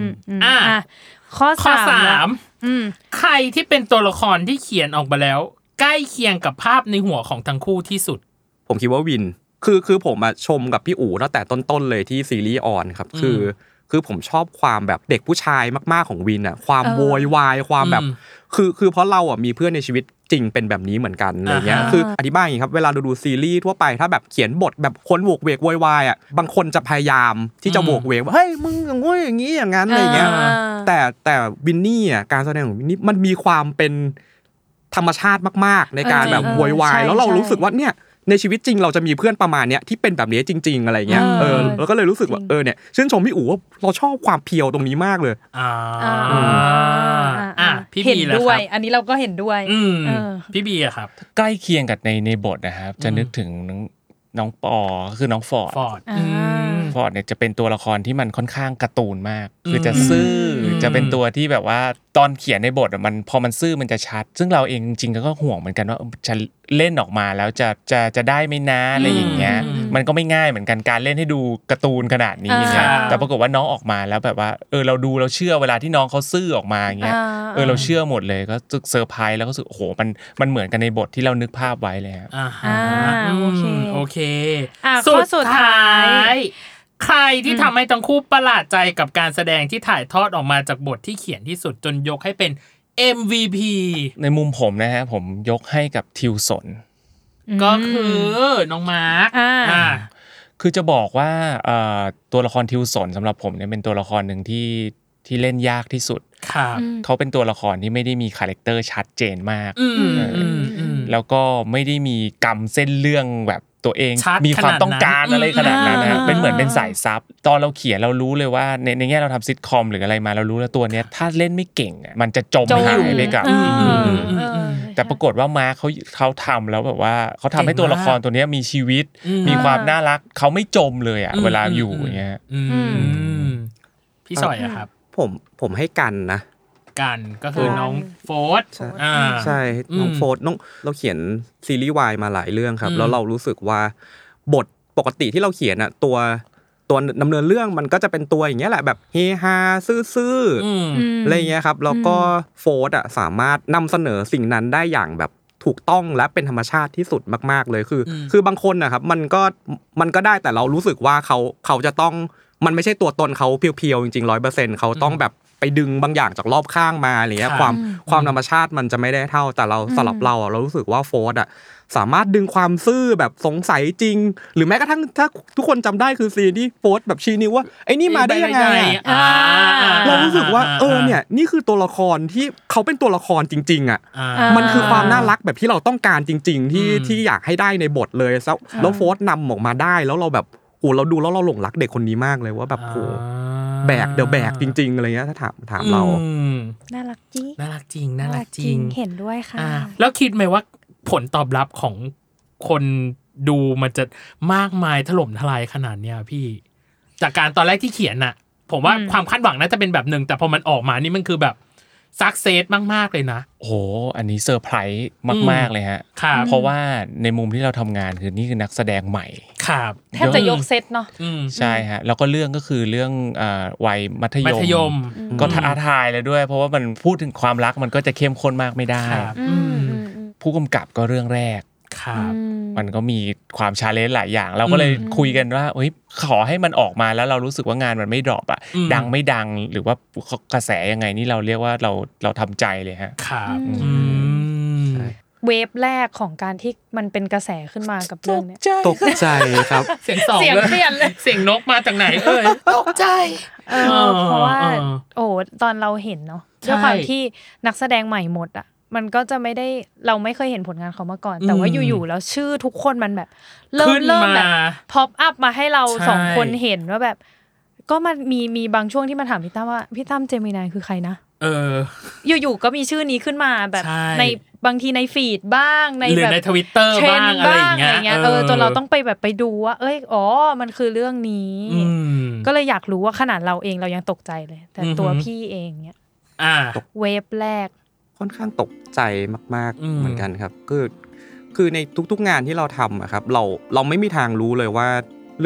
อ่ะข้อสามใครที่เป็นตัวละครที่เขียนออกมาแล้วใกล้เคียงกับภาพในหัวของทั้งคู่ที่สุดผมคิดว่าวินคือคือผมอ่ะชมกับพี่อู๋ตั้งแต่ต้นๆเลยที่ซีรีส์ออนครับคือคือผมชอบความแบบเด็กผู้ชายมากๆของวินอ่ะความโวยวายความแบบคือคือเพราะเราอ่ะมีเพื่อนในชีวิตจริงเป็นแบบนี้เหมือนกันอะไรเงี้ยคืออธิบายอย่างงี้ครับเวลาดูดูซีรีส์ทั่วไปถ้าแบบเขียนบทแบบคนโวกเวกโวยวายอ่ะบางคนจะพยายามที่จะโวกเวกว่าเฮ้ยมึงอย่างงี้อย่างงี้อย่างงั้นอะไรเงี้ยแต่แต่วินนี่อ่ะการแสดงของวินนี่มันมีความเป็นธรรมชาติมากๆในการแบบโวยวายแล้วเรารู้สึกว่าเนี่ยในชีวิตจริงเราจะมีเพื่อนประมาณเนี้ยที่เป็นแบบนี้จริงๆอะไรเงี้ยเออแล้วก็เลยรู้สึกว่าเออเนี่ยชื่นชมพี่อู๋ว่าเราชอบความเพียวตรงนี้มากเลยอ่าอ่าพี่บีล่ะครับอันนี้เราก็เห็นด้วยพี่บีอะครับใกล้เคียงกับในในบทนะครับจะนึกถึงน้องปอคือน้องฟอร์ดฟอร์ดฟอร์ดเนี่ยจะเป็นตัวละครที่มันค่อนข้างการ์ตูนมากคือจะซื่อจะเป็นตัวที่แบบว่าตอนเขียนในบทมันพอมันซื่อมันจะชัดซึ่งเราเองจริงๆก็ห่วงเหมือนกันว่าจะเล่นออกมาแล้วจะจะจะได้ไม่นะอะไรอย่างเงี้ยมันก็ไม่ง่ายเหมือนกันการเล่นให้ดูการ์ตูนขนาดนี้นะแต่ปรากฏว่าน้องออกมาแล้วแบบว่าเออเราดูเราเชื่อเวลาที่น้องเขาซื่อออกมาอย่างเงี้ยเออเราเชื่อหมดเลยก็เซอร์ไพรส์แล้วก็รู้สึกโอ้โหมันมันเหมือนกันในบทที่เรานึกภาพไว้เลยครับอ่าโอเคโอเคสุดท้ายใครที่ทำให้ทั้งคู่ประหลาดใจกับการแสดงที่ถ่ายทอดออกมาจากบทที่เขียนที่สุดจนยกให้เป็น เอ็ม วี พีในมุมผมนะฮะผมยกให้กับทิวสนก็คือน้องมาร์คอ่าคือจะบอกว่าเอ่อตัวละครทิวสนสำหรับผมเนี่ยเป็นตัวละครนึงที่ที่เล่นยากที่สุดครับเขาเป็นตัวละครที่ไม่ได้มีคาแรคเตอร์ชัดเจนมากแล้วก็ไม่ได้มีกำเส้นเรื่องแบบตัวเองมีความต้องการอะไรขนาดนั้นนะเป็นเหมือนเป็นสายซับตอนเราเขียนเรารู้เลยว่าในในแง่เราทำซิทคอมหรืออะไรมาเรารู้แล้วตัวเนี้ยถ้าเล่นไม่เก่งอ่ะมันจะจมหายไปกับแต่ปรากฏว่ามาเขาเขาทำแล้วแบบว่าเขาทำให้ตัวละครตัวนี้มีชีวิตมีความน่ารักเขาไม่จมเลยอ่ะเวลาอยู่อย่างเงี้ยพี่สอยอะครับผมผมให้กันนะกันก็คือน้องโฟร์ธอ่าใช่น้องโฟร์ธน้องเราเขียนซีรีส์วายมาหลายเรื่องครับแล้วเรารู้สึกว่าบทปกติที่เราเขียนอ่ะตัวตัวดำเนินเรื่องมันก็จะเป็นตัวอย่างเงี้ยแหละแบบเฮฮาซื่อๆอะไรเงี้ยครับแล้วก็โฟร์ธอ่ะสามารถนำเสนอสิ่งนั้นได้อย่างแบบถูกต้องและเป็นธรรมชาติที่สุดมากๆเลยคือคือบางคนนะครับมันก็มันก็ได้แต่เรารู้สึกว่าเขาเขาจะต้องมันไม่ใช่ตัวตนเขาเพียวๆจริงๆ ร้อยเปอร์เซ็นต์ เขาต้องแบบไปดึงบางอย่างจากรอบข้างมาอะไรเงี้ยความความธรรมชาติมันจะไม่ได้เท่าแต่เราสำหรับเราเรารู้สึกว่าโฟร์ธอ่ะสามารถดึงความซื่อแบบสงสัยจริงหรือแม้กระทั่งถ้าทุกคนจำได้คือซีนที่โฟร์ธแบบชี้นิ้วว่าไอ้นี่มาได้ยังไงอ่ะเรารู้สึกว่าเออเนี่ยนี่คือตัวละครที่เขาเป็นตัวละครจริงๆอ่ะมันคือความน่ารักแบบที่เราต้องการจริงๆที่ที่อยากให้ได้ในบทเลยแล้วโฟร์ธนำออกมาได้แล้วเราแบบโอ้เราดูแล้วเราหลงรักเด็กคนนี้มากเลยว่าแบบโหแบกเดี๋ยวแบกจริงๆอะไรเงี้ยถ้าถามถามเราน่ารักจริงน่ารักจริงน่ารักจริงเห็นด้วยค่ะแล้วคิดไหมว่าผลตอบรับของคนดูมันจะมากมายถล่มทลายขนาดเนี้ยพี่จากการตอนแรกที่เขียนน่ะผมว่าความคาดหวังน่าจะเป็นแบบนึงแต่พอมันออกมานี่มันคือแบบซักเซสมากๆเลยนะโอ้โหอันนี้เซอร์ไพรส์มากๆเลยฮะเพราะว่าในมุมที่เราทำงานคือนี่คือนักแสดงใหม่ครับแทบจะยกเซตเนาะใช่ฮะแล้วก็เรื่องก็คือเรื่องวัยมัธยมก็ท้าทายเลยด้วยเพราะว่ามันพูดถึงความรักมันก็จะเข้มข้นมากไม่ได้ผู้กำกับก็เรื่องแรกครับมันก็มีความชาเลนจ์หลายอย่างเราก็เลยคุยกันว่าเฮ้ยขอให้มันออกมาแล้วเรารู้สึกว่างานมันไม่ดรอปอ่ะดังไม่ดังหรือว่ากระแสยังไงนี่เราเรียกว่าเราเราทำใจเลยฮะครับเวฟแรกของการที่มันเป็นกระแสขึ้นมากับเรื่องเนี้ยตกใจครับเสียงสองเสียงเปลี่ยนเลยเสียงนกมาจากไหนเอ่ยตกใจเออเพราะว่าโอ้ตอนเราเห็นเนาะด้วยความที่นักแสดงใหม่หมดอ่ะมันก็จะไม่ได้เราไม่เคยเห็นผลงานเขามาก่อนแต่ว่าอยู่ๆแล้วชื่อทุกคนมันแบบเริ่มเริ่มแบบพ็อปอัพมาให้เราสองคนเห็นว่าแบบก็มันมีมีบางช่วงที่มาถามพี่ตั้มว่าพี่ตั้มเจมินายคือใครนะเอออยู่ๆก็มีชื่อนี้ขึ้นมาแบบในบางทีในฟีดบ้างในแบบใน Twitter บ้างอะไรอย่างเงี้ยเออจนเราต้องไปแบบไปดูว่าเอ้ยอ๋อมันคือเรื่องนี้ก็เลยอยากรู้ว่าขนาดเราเองเรายังตกใจเลยแต่ตัวพี่เองเนี้ยอ่าเวฟแรกค่อนข้างตกใจมากๆเหมือนกันครับคือคือในทุกๆงานที่เราทำอะครับเราเราไม่มีทางรู้เลยว่าเรื่อง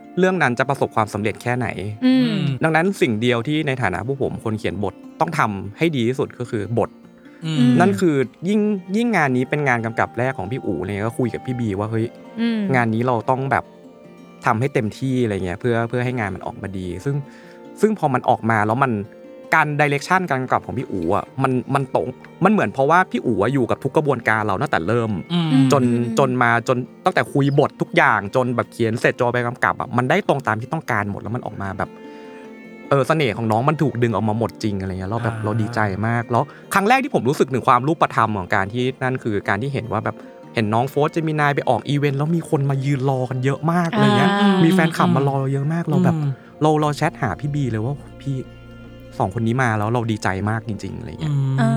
เรื่องนั้นจะประสบความสำเร็จแค่ไหนดังนั้นสิ่งเดียวที่ในฐานะผู้ผมคนเขียนบทต้องทำให้ดีที่สุดก็คือบทนั่นคือยิ่งยิ่งงานนี้เป็นงานกำกับแรกของพี่อู๋อะไรเงี้ยก็คุยกับพี่บีว่าเฮ้ยงานนี้เราต้องแบบทำให้เต็มที่อะไรเงี้ยเพื่อเพื่อให้งานมันออกมาดีซึ่งซึ่งพอมันออกมาแล้วมันการไดเรคชั่นการกำกับของพี่อู๋อ่ะมันมันตรงมันเหมือนเพราะว่าพี่อู๋อยู่กับทุกกระบวนการเราตั้งแต่เริ่มจนจนมาจนตั้งแต่คุยบททุกอย่างจนแบบเขียนเสร็จจนไปกำกับอ่ะมันได้ตรงตามที่ต้องการหมดแล้วมันออกมาแบบเออเสน่ห์ของน้องมันถูกดึงออกมาหมดจริงอะไรเงี้ยเราแบบเราดีใจมากแล้วครั้งแรกที่ผมรู้สึกถึงความรูปธรรมของการที่นั่นคือการที่เห็นว่าแบบเห็นน้องโฟร์เจมินายไปออกอีเวนต์แล้วมีคนมายืนรอกันเยอะมากอะไรเงี้ยมีแฟนคลับมารอเยอะมากเราแบบเราเราแชทหาพี่บีเลยว่าพี่สองคนนี้มาแล้วเราดีใจมากจริงๆอะไรเงี้ย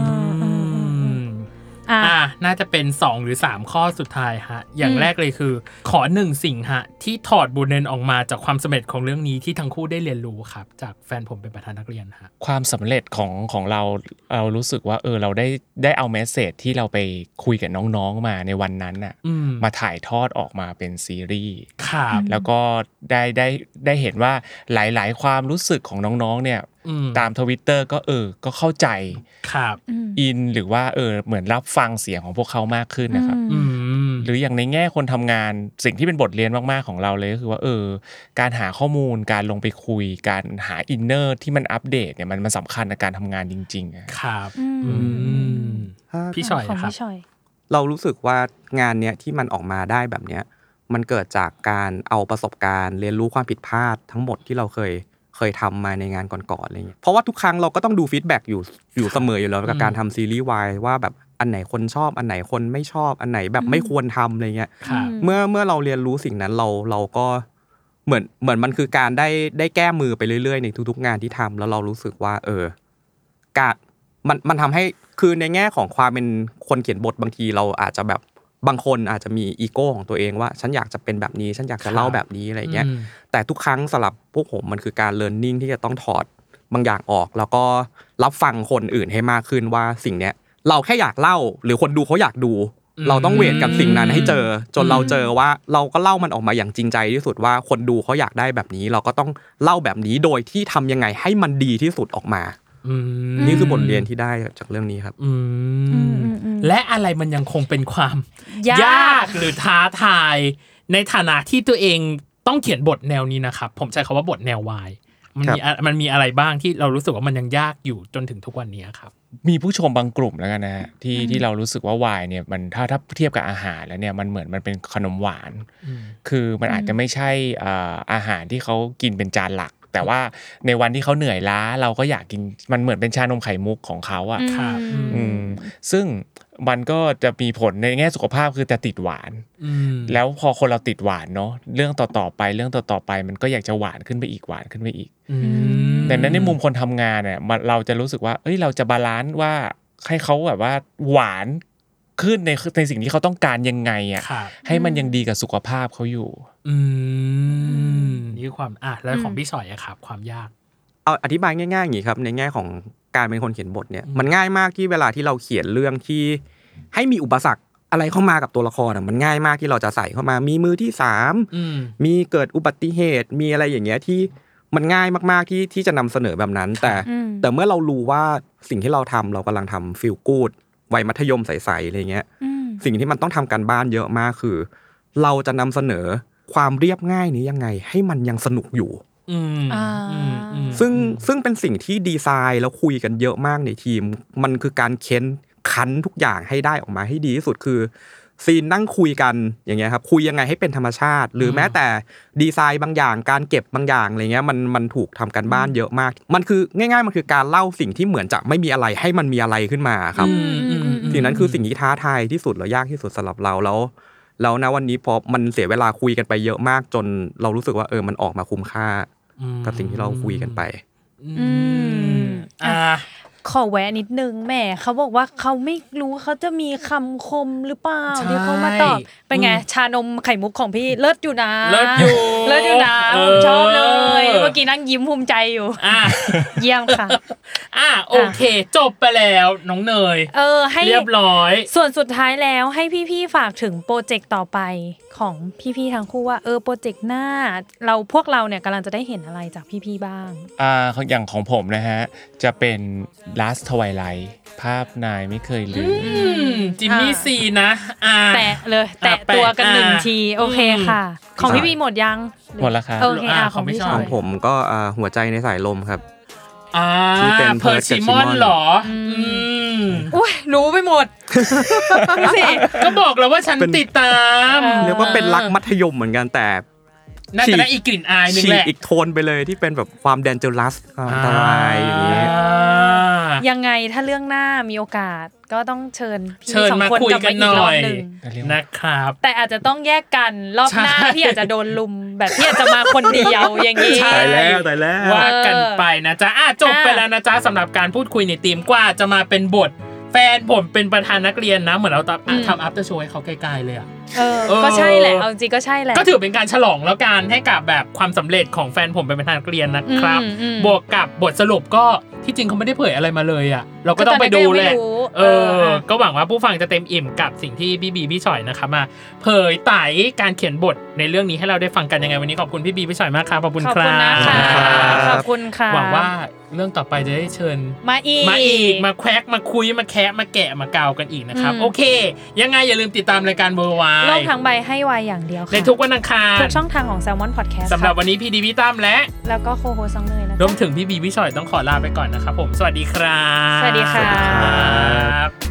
อ่าน่าจะเป็นสองหรือสามข้อสุดท้ายฮะอย่างแรกเลยคือขอหนึ่งสิ่งฮะที่ถอดบทเรียนออกมาจากความสำเร็จของเรื่องนี้ที่ทั้งคู่ได้เรียนรู้ครับจากแฟนผมเป็นประธานนักเรียนฮะความสำเร็จของของเราเรารู้สึกว่าเออเราได้ได้เอาเมสเสจที่เราไปคุยกับน้องๆมาในวันนั้นน่ะมาถ่ายทอดออกมาเป็นซีรีส์ครับแล้วก็ได้ได้ได้เห็นว่าหลายๆความรู้สึกของน้องๆเนี่ยตาม Twitter ก็เออก็เข้าใจครับอินหรือว่าเออเหมือนรับฟังเสียงของพวกเขามากขึ้นนะครับหรืออย่างในแง่คนทำงานสิ่งที่เป็นบทเรียนมากๆของเราเลยก็คือว่าเออการหาข้อมูลการลงไปคุยการหาอินเนอร์ที่มันอัปเดตเนี่ยมันมันสำคัญในการทำงานจริงๆครับพี่ชอยครับเรารู้สึกว่างานเนี้ยที่มันออกมาได้แบบเนี้ยมันเกิดจากการเอาประสบการณ์เรียนรู้ความผิดพลาดทั้งหมดที่เราเคยเคยทำมาในงานก่อนๆอะไรเงี้ยเพราะว่าทุกครั้งเราก็ต้องดูฟีดแบ็กอยู่อยู่เสมออยู่แล้วกับการทำซีรีส์วายว่าแบบอันไหนคนชอบอันไหนคนไม่ชอบอันไหนแบบไม่ควรทำอะไรเงี้ยเมื่อเมื่อเราเรียนรู้สิ่งนั้นเราเราก็เหมือนเหมือนมันคือการได้ได้แก้มือไปเรื่อยๆในทุกๆงานที่ทำแล้วเรารู้สึกว่าเออการมันมันทำให้คือในแง่ของความเป็นคนเขียนบทบางทีเราอาจจะแบบบางคนอาจจะมีอีโก้ของตัวเองว่าฉันอยากจะเป็นแบบนี้ฉันอยากจะเล่าแบบนี้อะไรเงี้ยแต่ทุกครั้งสำหรับพวกผมมันคือการเรียนรู้ที่จะต้องถอดบางอย่างออกแล้วก็รับฟังคนอื่นให้มากขึ้นว่าสิ่งเนี้ยเราแค่อยากเล่าหรือคนดูเขาอยากดูเราต้องเวทกับสิ่งนั้นให้เจอจนเราเจอว่าเราก็เล่ามันออกมาอย่างจริงใจที่สุดว่าคนดูเขาอยากได้แบบนี้เราก็ต้องเล่าแบบนี้โดยที่ทำยังไงให้มันดีที่สุดออกมานี่คือบทเรียนที่ได้จากเรื่องนี้ครับและอะไรมันยังคงเป็นความยากหรือท้าทายในฐานะที่ตัวเองต้องเขียนบทแนวนี้นะครับผมใช้คำว่าบทแนววายมันมีมันมีอะไรบ้างที่เรารู้สึกว่ามันยังยากอยู่จนถึงทุกวันนี้ครับมีผู้ชมบางกลุ่มแล้วกันนะที่ที่เรารู้สึกว่าวายเนี่ยมันถ้าถ้าเทียบกับอาหารแล้วเนี่ยมันเหมือนมันเป็นขนมหวานคือมันอาจจะไม่ใช่อาหารที่เขากินเป็นจานหลักแต่ว่าในวันที่เขาเหนื่อยล้าเราก็อยากกินมันเหมือนเป็นชานมไข่มุกของเขาอ่ะซึ่งมันก็จะมีผลในแง่สุขภาพคือจะติดหวานแล้วพอคนเราติดหวานเนาะเรื่องต่อๆไปเรื่องต่อๆไปมันก็อยากจะหวานขึ้นไปอีกหวานขึ้นไปอีกแต่นั้นในมุมคนทำงานเนี่ยเราจะรู้สึกว่าเอ้ยเราจะบาลานซ์ว่าให้เขาแบบว่าหวานขึ้นในในสิ่งที่เขาต้องการยังไงอ่ะให้มันยังดีกับสุขภาพเขาอยู่อืมนี่คือความอ่ะแล้วของพี่สอยอะครับความยากเอาอธิบายง่ายๆอย่างนี้ครับในแง่ของการเป็นคนเขียนบทเนี่ยมันง่ายมากที่เวลาที่เราเขียนเรื่องที่ให้มีอุปสรรคอะไรเข้ามากับตัวละครอ่ะมันง่ายมากที่เราจะใส่เข้ามามีมือที่สามมีเกิดอุบัติเหตุมีอะไรอย่างเงี้ยที่มันง่ายมากๆที่ที่จะนำเสนอแบบนั้นแต่แต่เมื่อเรารู้ว่าสิ่งที่เราทำเรากำลังทำฟีลกู๊ดวัยมัธยมใสๆอะไรเงี้ยสิ่งที่มันต้องทำการบ้านเยอะมากคือเราจะนำเสนอความเรียบง่ายนี้ยังไงให้มันยังสนุกอยู่ซึ่งซึ่งเป็นสิ่งที่ดีไซน์แล้วคุยกันเยอะมากในทีมมันคือการเค้นคั้นทุกอย่างให้ได้ออกมาให้ดีที่สุดคือซีนนั่งคุยกันอย่างเงี้ยครับคุยยังไงให้เป็นธรรมชาติหรือแม้แต่ดีไซน์บางอย่างการเก็บบางอย่างอะไรเงี้ยมันมันถูกทำกันบ้านเยอะมากมันคือง่ายๆมันคือการเล่าสิ่งที่เหมือนจะไม่มีอะไรให้มันมีอะไรขึ้นมาครับสิ่งนั้นคือสิ่งที่ท้าทายที่สุดและยากที่สุดสำหรับเราแล้วแล้วนะวันนี้พอมันเสียเวลาคุยกันไปเยอะมากจนเรารู้สึกว่าเออมันออกมาคุ้มค่ากับสิ่งที่เราคุยกันไปอืมอ่าขอแวะนิดนึงแม่เขาบอกว่าเขาไม่รู้เขาจะมีคำคมหรือเปล่าที่เขามาตอบเป็นไงชานมไข่มุกของพี่เลิศอยู่นะเลิศอยู่เลิศอยู่นะผมชอบเลยเมื่อกี้นั่งยิ้มภูมิใจอยู่อ่ะเยี่ยมค่ะอ่ะโอเคจบไปแล้วน้องเนยเออให้เรียบร้อยส่วนสุดท้ายแล้วให้พี่ๆฝากถึงโปรเจกต์ต่อไปของพี่ๆทั้งคู่ว่าเออโปรเจกต์หน้าเราพวกเราเนี่ยกำลังจะได้เห็นอะไรจากพี่ๆบ้างอ่าอย่างของผมนะฮะจะเป็น Last Twilight ภาพนายไม่เคยลืมจิมมี่ซีนะอ่าแตะเลยแตะตัวกันหนึ่งทีโอเคค่ะของพี่บีหมดยังหมดแล้วครับโอเคอ่ะของพี่ชอยของผมก็อ่าหัวใจในสายลมครับอ่าที่เป็นเพอร์ซิมอนหรออืมอุ้ยรู้ไปหมดสิก็บอกแล้วว่าฉันติดตามเรียกว่าเป็นรักมัธยมเหมือนกันแต่น่าจะได้อีกกลิ่นอายนึงแหละอีกโทนไปเลยที่เป็นแบบความแดนเจอรัสอันตรายอย่างนี้ยังไงถ้าเรื่องหน้ามีโอกาสก็ต้องเชิญพี่สองคนกลับมาอีกรอบนึงนะครับแต่อาจจะต้องแยกกันรอบหน้าพี่อาจจะโดนลุมแบบพี่อาจจะมาคนเดียวอย่างนี้ตายแล้วตายแล้วว่ากันไปนะจ๊ะอ่ะจบไปแล้วนะจ๊ะสำหรับการพูดคุยในทีมกว่าจะมาเป็นบทแฟนผมเป็นประธานนักเรียนนะเหมือนเราทำอัพเตอร์โชว์ให้เขาไกลๆเลยอ่ะเออก็ใช่แหละเอาจริงก็ใช่แหละก็ถือเป็นการฉลองแล้วกันให้กับแบบความสำเร็จของแฟนผมเป็นประธานนักเรียนนะครับบวกกับบทสรุปก็ที่จริงเขาไม่ได้เผยอะไรมาเลยอ่ะเราก็ต้องไปดูแหละเออก็หวังว่าผู้ฟังจะเต็มอิ่มกับสิ่งที่พี่บีพี่ฉอยนะครับมาเผยไต่การเขียนบทในเรื่องนี้ให้เราได้ฟังกันยังไงวันนี้ขอบคุณพี่บีพี่ฉอยมากครับขอบคุณครับขอบคุณค่ะหวังว่าเรื่องต่อไปจะได้เชิญมาอีกมาอีกมาแควกมาคุยมาแคะมาแกะมาเกากันอีกนะครับโอเคยังไงอย่าลืมติดตามรายการเบอร์วายโลกทั้งใบให้วายอย่างเดียวค่ะในทุกวันอังคารทุกช่องทางของ Salmon Podcast สำหรับวันนี้พี่ดีพี่ตั้มและแล้วก็โคโฮซังเนยนะรวมถึงพี่บีพี่ฉอยต้องขอลาไปก่อนนะครับผมสวัสดีครับสวัสดีครับ